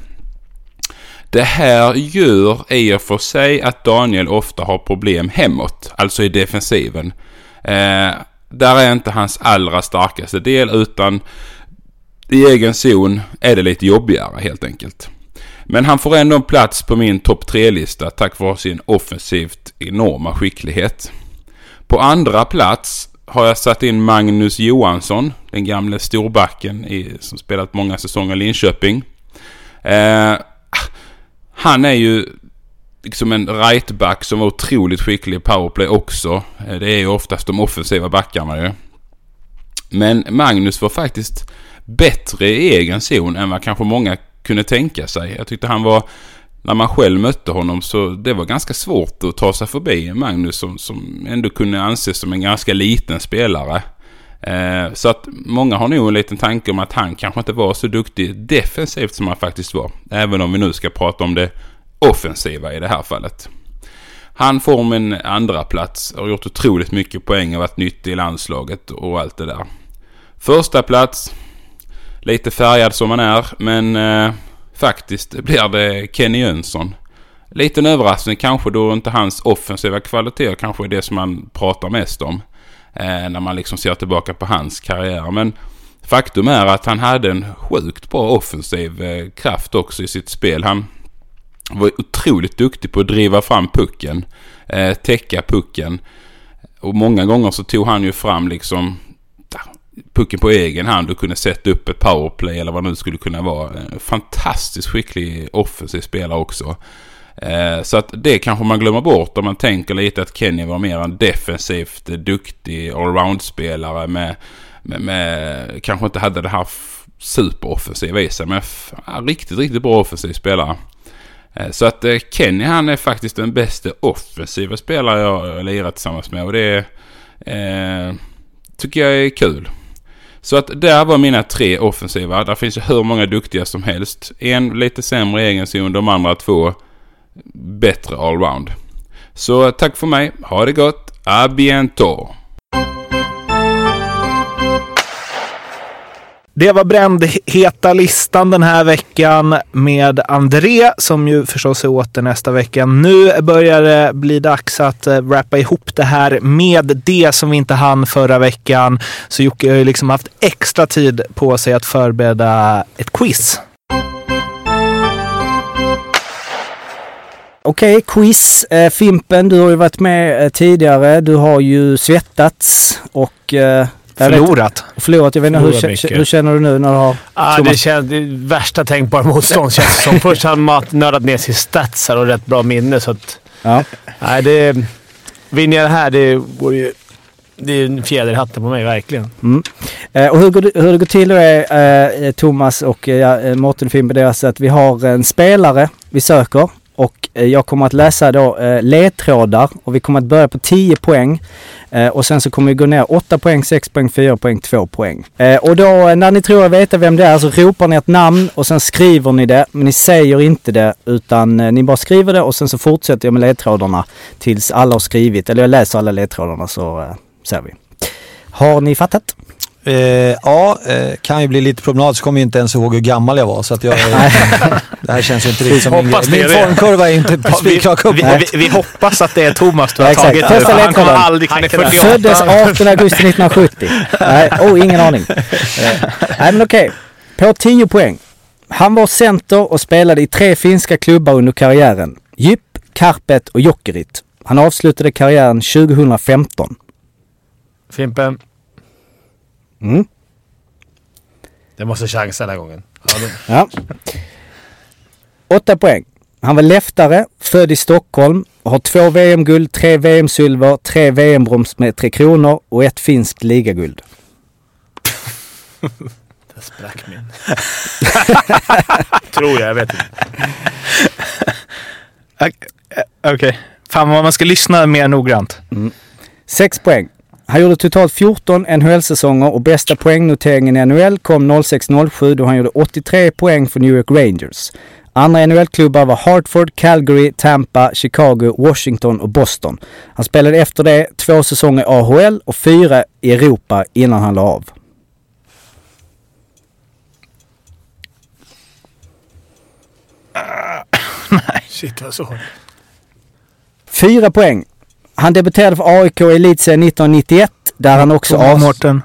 [SPEAKER 11] Det här gör i och för sig att Daniel ofta har problem hemåt. Alltså i defensiven. Eh, där är inte hans allra starkaste del utan i egen zon är det lite jobbigare helt enkelt. Men han får ändå en plats på min topp tre-lista tack vare sin offensivt enorma skicklighet. På andra plats har jag satt in Magnus Johansson, den gamla storbacken i, som spelat många säsonger i Linköping. Eh, han är ju liksom en rightback som var otroligt skicklig i powerplay också. Det är ju oftast de offensiva backarna ju. Men Magnus var faktiskt bättre i egen zon än vad kanske många kunde tänka sig. Jag tyckte han var, när man själv mötte honom så det var ganska svårt att ta sig förbi Magnus som, som ändå kunde anses som en ganska liten spelare. Eh, så att många har nog en liten tanke om att han kanske inte var så duktig defensivt som han faktiskt var. Även om vi nu ska prata om det offensiva i det här fallet. Han får min andra plats och har gjort otroligt mycket poäng och varit nyttig i landslaget och allt det där. Första plats, lite färgad som han är, men eh, faktiskt blir det Kenny Jönsson. Lite en överraskning kanske då inte hans offensiva kvaliteter kanske är det som man pratar mest om eh, när man liksom ser tillbaka på hans karriär. Men faktum är att han hade en sjukt bra offensiv eh, kraft också i sitt spel. Han var otroligt duktig på att driva fram pucken, eh, täcka pucken. Och många gånger så tog han ju fram liksom pucken på egen hand och kunde sätta upp ett powerplay eller vad det nu skulle kunna vara. En fantastiskt skicklig offensiv spelare också. Eh, så att det kanske man glömmer bort om man tänker lite att Kenny var mer en defensivt duktig allround-spelare med, med, med kanske inte hade det här superoffensiva i sig, men f- riktigt, riktigt bra offensiv spelare. Eh, så att eh, Kenny han är faktiskt den bästa offensiva spelare jag har lirat tillsammans med och det eh, tycker jag är kul. Så att där var mina tre offensiva. Där finns ju hur många duktiga som helst. En lite sämre egen zon, de andra två bättre allround. Så tack för mig. Ha det gott. A bientôt.
[SPEAKER 1] Det var brändheta listan den här veckan med André som ju förstås är åter nästa vecka. Nu börjar det bli dags att wrappa ihop det här med det som vi inte hann förra veckan. Så Jocke har ju liksom haft extra tid på sig att förbereda ett quiz.
[SPEAKER 5] Okej, okay, quiz. Eh, Fimpen, du har ju varit med eh, tidigare. Du har ju svettats och... Eh,
[SPEAKER 1] Förlorat.
[SPEAKER 5] Vet, förlorat. Jag vet inte, hur, hur känner du nu när du har...
[SPEAKER 8] Ah, det känns det värsta tänkbara motstånd känns som. Först har man nördat ner sig stats och rätt bra minne. Så att,
[SPEAKER 5] ja.
[SPEAKER 8] Nej, det... Vinner jag det här, det går ju... Det är en fjäder i hatten på mig, verkligen.
[SPEAKER 5] Mm. Eh, och hur, går det, hur det går till är, eh, Thomas och eh, Mårten Fimpen, det är alltså att vi har en spelare vi söker. Och eh, jag kommer att läsa då eh, ledtrådar och vi kommer att börja på tio poäng. Eh, och sen så kommer vi gå ner åtta poäng, sex poäng, fyra poäng, två poäng. Eh, och då när ni tror att veta vem det är så ropar ni ett namn och sen skriver ni det. Men ni säger inte det utan eh, ni bara skriver det och sen så fortsätter jag med ledtrådarna tills alla har skrivit. Eller jag läser alla ledtrådarna så eh, ser vi. Har ni fattat?
[SPEAKER 2] Eh, ja, eh, kan ju bli lite promenad så kommer jag inte ens ihåg hur gammal jag var så att jag det här känns ju inte riktigt som min, min formkurva är inte spikrak upp.
[SPEAKER 1] Vi, vi, vi hoppas att det är Thomas du har
[SPEAKER 5] ja,
[SPEAKER 1] tagit nu, för han kommer aldrig knäcka det.
[SPEAKER 5] Föddes artonde augusti nittonhundrasjuttio. Nej, oh, ingen aning. eh, Nej men okej, okay. På tio poäng. Han var center och spelade i tre finska klubbar under karriären. Djup, Karpet och Jokerit. Han avslutade karriären tjugohundrafemton.
[SPEAKER 8] Fimpen.
[SPEAKER 5] Mm.
[SPEAKER 8] Det måste chansa den här gången. Ja, det...
[SPEAKER 5] ja. Åtta poäng. Han var leftare, född i Stockholm och har två V M-guld, tre V M-silver, tre V M-brons med tre kronor och ett finskt ligaguld.
[SPEAKER 8] Det sprack min. Tror jag, jag vet inte.
[SPEAKER 1] Okej. Okay. Fan vad man ska lyssna mer noggrant.
[SPEAKER 5] Mm. Sex poäng. Han gjorde totalt fjorton N H L-säsonger och bästa poängnoteringen i N H L kom noll sex noll sju då han gjorde åttiotre poäng för New York Rangers. Andra N H L-klubbar var Hartford, Calgary, Tampa, Chicago, Washington och Boston. Han spelade efter det två säsonger i A H L och fyra i Europa innan han la av.
[SPEAKER 1] Uh, nej.
[SPEAKER 8] Shit, vad så.
[SPEAKER 5] Fyra poäng. Han debuterade för A I K i Elitserien nittonhundranittioett där han också
[SPEAKER 1] av... Mårten.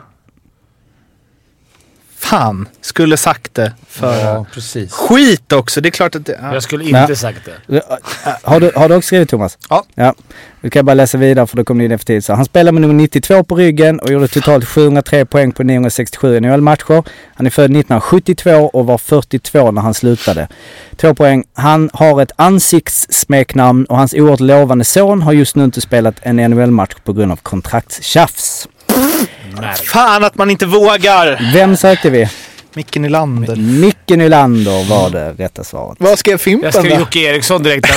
[SPEAKER 1] Fan, skulle sagt det för...
[SPEAKER 2] Ja, precis.
[SPEAKER 1] Skit också, det är klart att det... Ja.
[SPEAKER 8] Jag skulle inte ja. sagt det.
[SPEAKER 5] Har du, har du också skrivit, Thomas?
[SPEAKER 2] Ja.
[SPEAKER 5] Ja. Du kan bara läsa vidare för då kommer det in efter tid. Så han spelade med nummer nittiotvå på ryggen och gjorde totalt sjuhundratre poäng på niohundrasextiosju N H L-matcher. Han är född nittonhundrasjuttiotvå och var fyrtiotvå när han slutade. Två poäng. Han har ett ansiktssmeknamn och hans oerhört lovande son har just nu inte spelat en N H L-match på grund av kontraktstjafs.
[SPEAKER 1] Fan att man inte vågar!
[SPEAKER 5] Vem sökte vi?
[SPEAKER 1] Micke Nylander.
[SPEAKER 5] Micke Nylander var det rätta svaret.
[SPEAKER 1] Vad skrev Fimpen?
[SPEAKER 8] Jag skrev Jocke Eriksson direkt.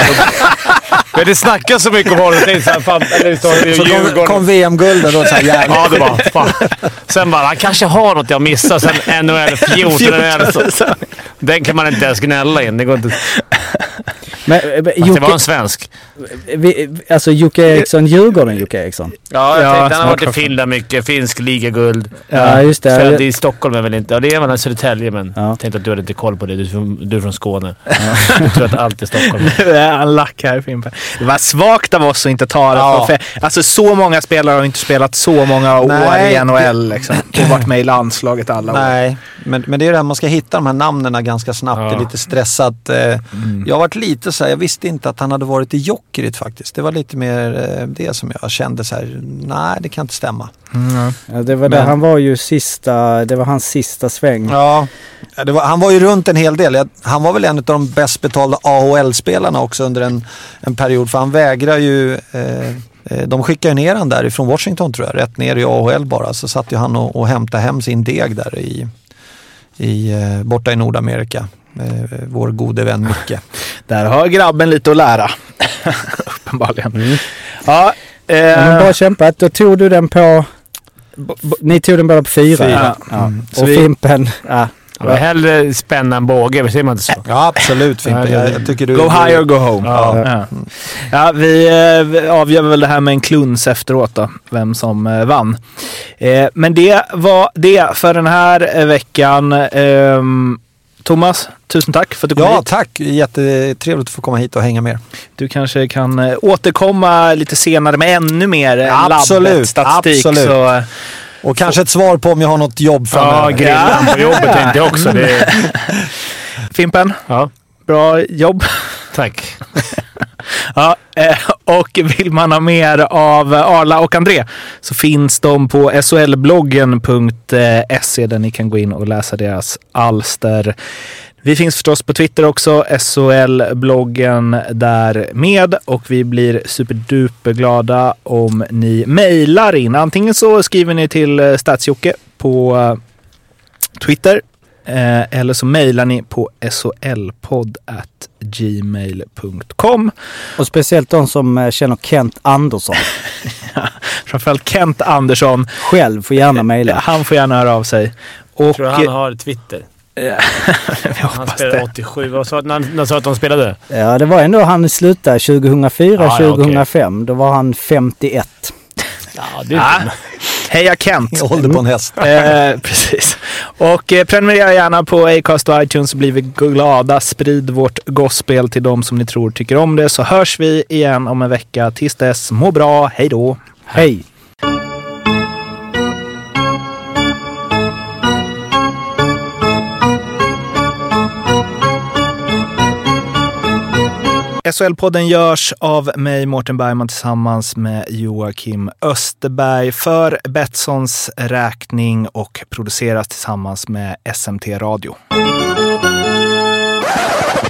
[SPEAKER 8] Men det snackas så mycket om honom. Så, fan, eller så,
[SPEAKER 2] så kom, kom V M-gulden då. Så här,
[SPEAKER 8] ja, det var fan. Sen bara, han kanske har något jag missar. Sen N H L fjorton. Så. Den kan man inte ens gnälla in. Det går inte...
[SPEAKER 5] Men,
[SPEAKER 8] men Jocke, det var en svensk.
[SPEAKER 5] Vi, alltså Jocke Eriksson, Djurgården Jocke Eriksson.
[SPEAKER 8] Ja, jag ja, tänkte han har varit i Finland mycket. Finsk ligaguld.
[SPEAKER 5] Ja, just det.
[SPEAKER 8] Född i Stockholm är väl inte. Ja, det är väl en Södertälje, men
[SPEAKER 5] ja.
[SPEAKER 8] Jag tänkte att du hade inte koll på det. Du är från, du är från Skåne. Ja. Jag tror att allt är Stockholm.
[SPEAKER 1] Det är en lack här, Fimpen. Det var svagt av oss att inte ta det. Ja. För, alltså så många spelare har inte spelat så många år Nej. i N H L. Liksom. Och varit med i landslaget alla år.
[SPEAKER 2] Nej, men, men det är det här, man ska hitta de här namnen ganska snabbt. Ja. Det är lite stressat. Mm. Jag har varit lite så här, jag visste inte att han hade varit i Jokerit faktiskt. Det var lite mer det som jag kände så här, nej det kan inte stämma.
[SPEAKER 5] Mm. Ja, det var men, där han var ju sista, det var hans sista sväng.
[SPEAKER 2] Ja, det var, han var ju runt en hel del. Han var väl en av de bäst betalda A H L-spelarna också under en, en period, för han vägrar ju eh, de skickade ner han där ifrån Washington tror jag, rätt ner i A H L bara, så satt ju han och, och hämtade hem sin deg där i, i borta i Nordamerika. Vår gode vän Micke.
[SPEAKER 1] Där har grabben lite att lära. Uppenbarligen. Mm.
[SPEAKER 5] Ja, eh, ja, bra kämpat. Då tog du den på... B- b- ni tog den bara på fyra. fyra. Ja. Ja. Mm. Och vi... Fimpen... Ja.
[SPEAKER 8] Ja, hellre spänna en båge, säger man inte så?
[SPEAKER 2] Ja, absolut Fimpen. Jag, jag tycker du...
[SPEAKER 1] Go high or go home.
[SPEAKER 8] Ja.
[SPEAKER 1] Ja. Ja, vi eh, avgör väl det här med en kluns efteråt då, vem som eh, vann. Eh, men det var det för den här eh, veckan. Eh, Thomas, tusen tack för att du kom
[SPEAKER 2] ja,
[SPEAKER 1] hit.
[SPEAKER 2] Ja, tack. Jättetrevligt att få komma hit och hänga med.
[SPEAKER 1] Du kanske kan eh, återkomma lite senare med ännu mer eh,
[SPEAKER 2] absolut,
[SPEAKER 1] labbstatistik.
[SPEAKER 2] Absolut.
[SPEAKER 1] Så,
[SPEAKER 2] och kanske ett svar på om jag har något jobb framöver.
[SPEAKER 8] Ja, grillan på jobbet tänkte jag också. Det är...
[SPEAKER 1] Fimpen,
[SPEAKER 8] ja.
[SPEAKER 1] Bra jobb.
[SPEAKER 8] Tack.
[SPEAKER 1] Ja, och vill man ha mer av Arla och André så finns de på s o l bloggen punkt se där ni kan gå in och läsa deras alster. Vi finns förstås på Twitter också, S O L-bloggen där med, och vi blir superduperglada om ni mejlar in. Antingen så skriver ni till Statsjocke på Twitter eller så mejlar ni på solpodd at gmail punkt com.
[SPEAKER 5] Och speciellt de som känner Kent Andersson.
[SPEAKER 1] Ja, framförallt Kent Andersson.
[SPEAKER 5] Själv får gärna mejla.
[SPEAKER 1] Han får gärna höra av sig. Och
[SPEAKER 8] jag tror han har Twitter. Han spelade åttiosju. Vad sa när han sa att de spelade?
[SPEAKER 5] Ja, det var ändå han slutade tjugohundrafyra,
[SPEAKER 8] ja,
[SPEAKER 5] tjugohundrafem. Okay. Då var han femtioett.
[SPEAKER 8] Ja, det är
[SPEAKER 1] ja. Heja Kent!
[SPEAKER 2] Jag håller på en häst.
[SPEAKER 1] eh, precis. Och eh, prenumerera gärna på Acast och iTunes så blir vi glada. Sprid vårt gospel till de som ni tror tycker om det. Så hörs vi igen om en vecka. Tills dess, må bra. Hej då!
[SPEAKER 5] Hej!
[SPEAKER 1] S O L-podden görs av mig, Mårten Bergman, tillsammans med Joakim Österberg för Betssons räkning och produceras tillsammans med S M T Radio.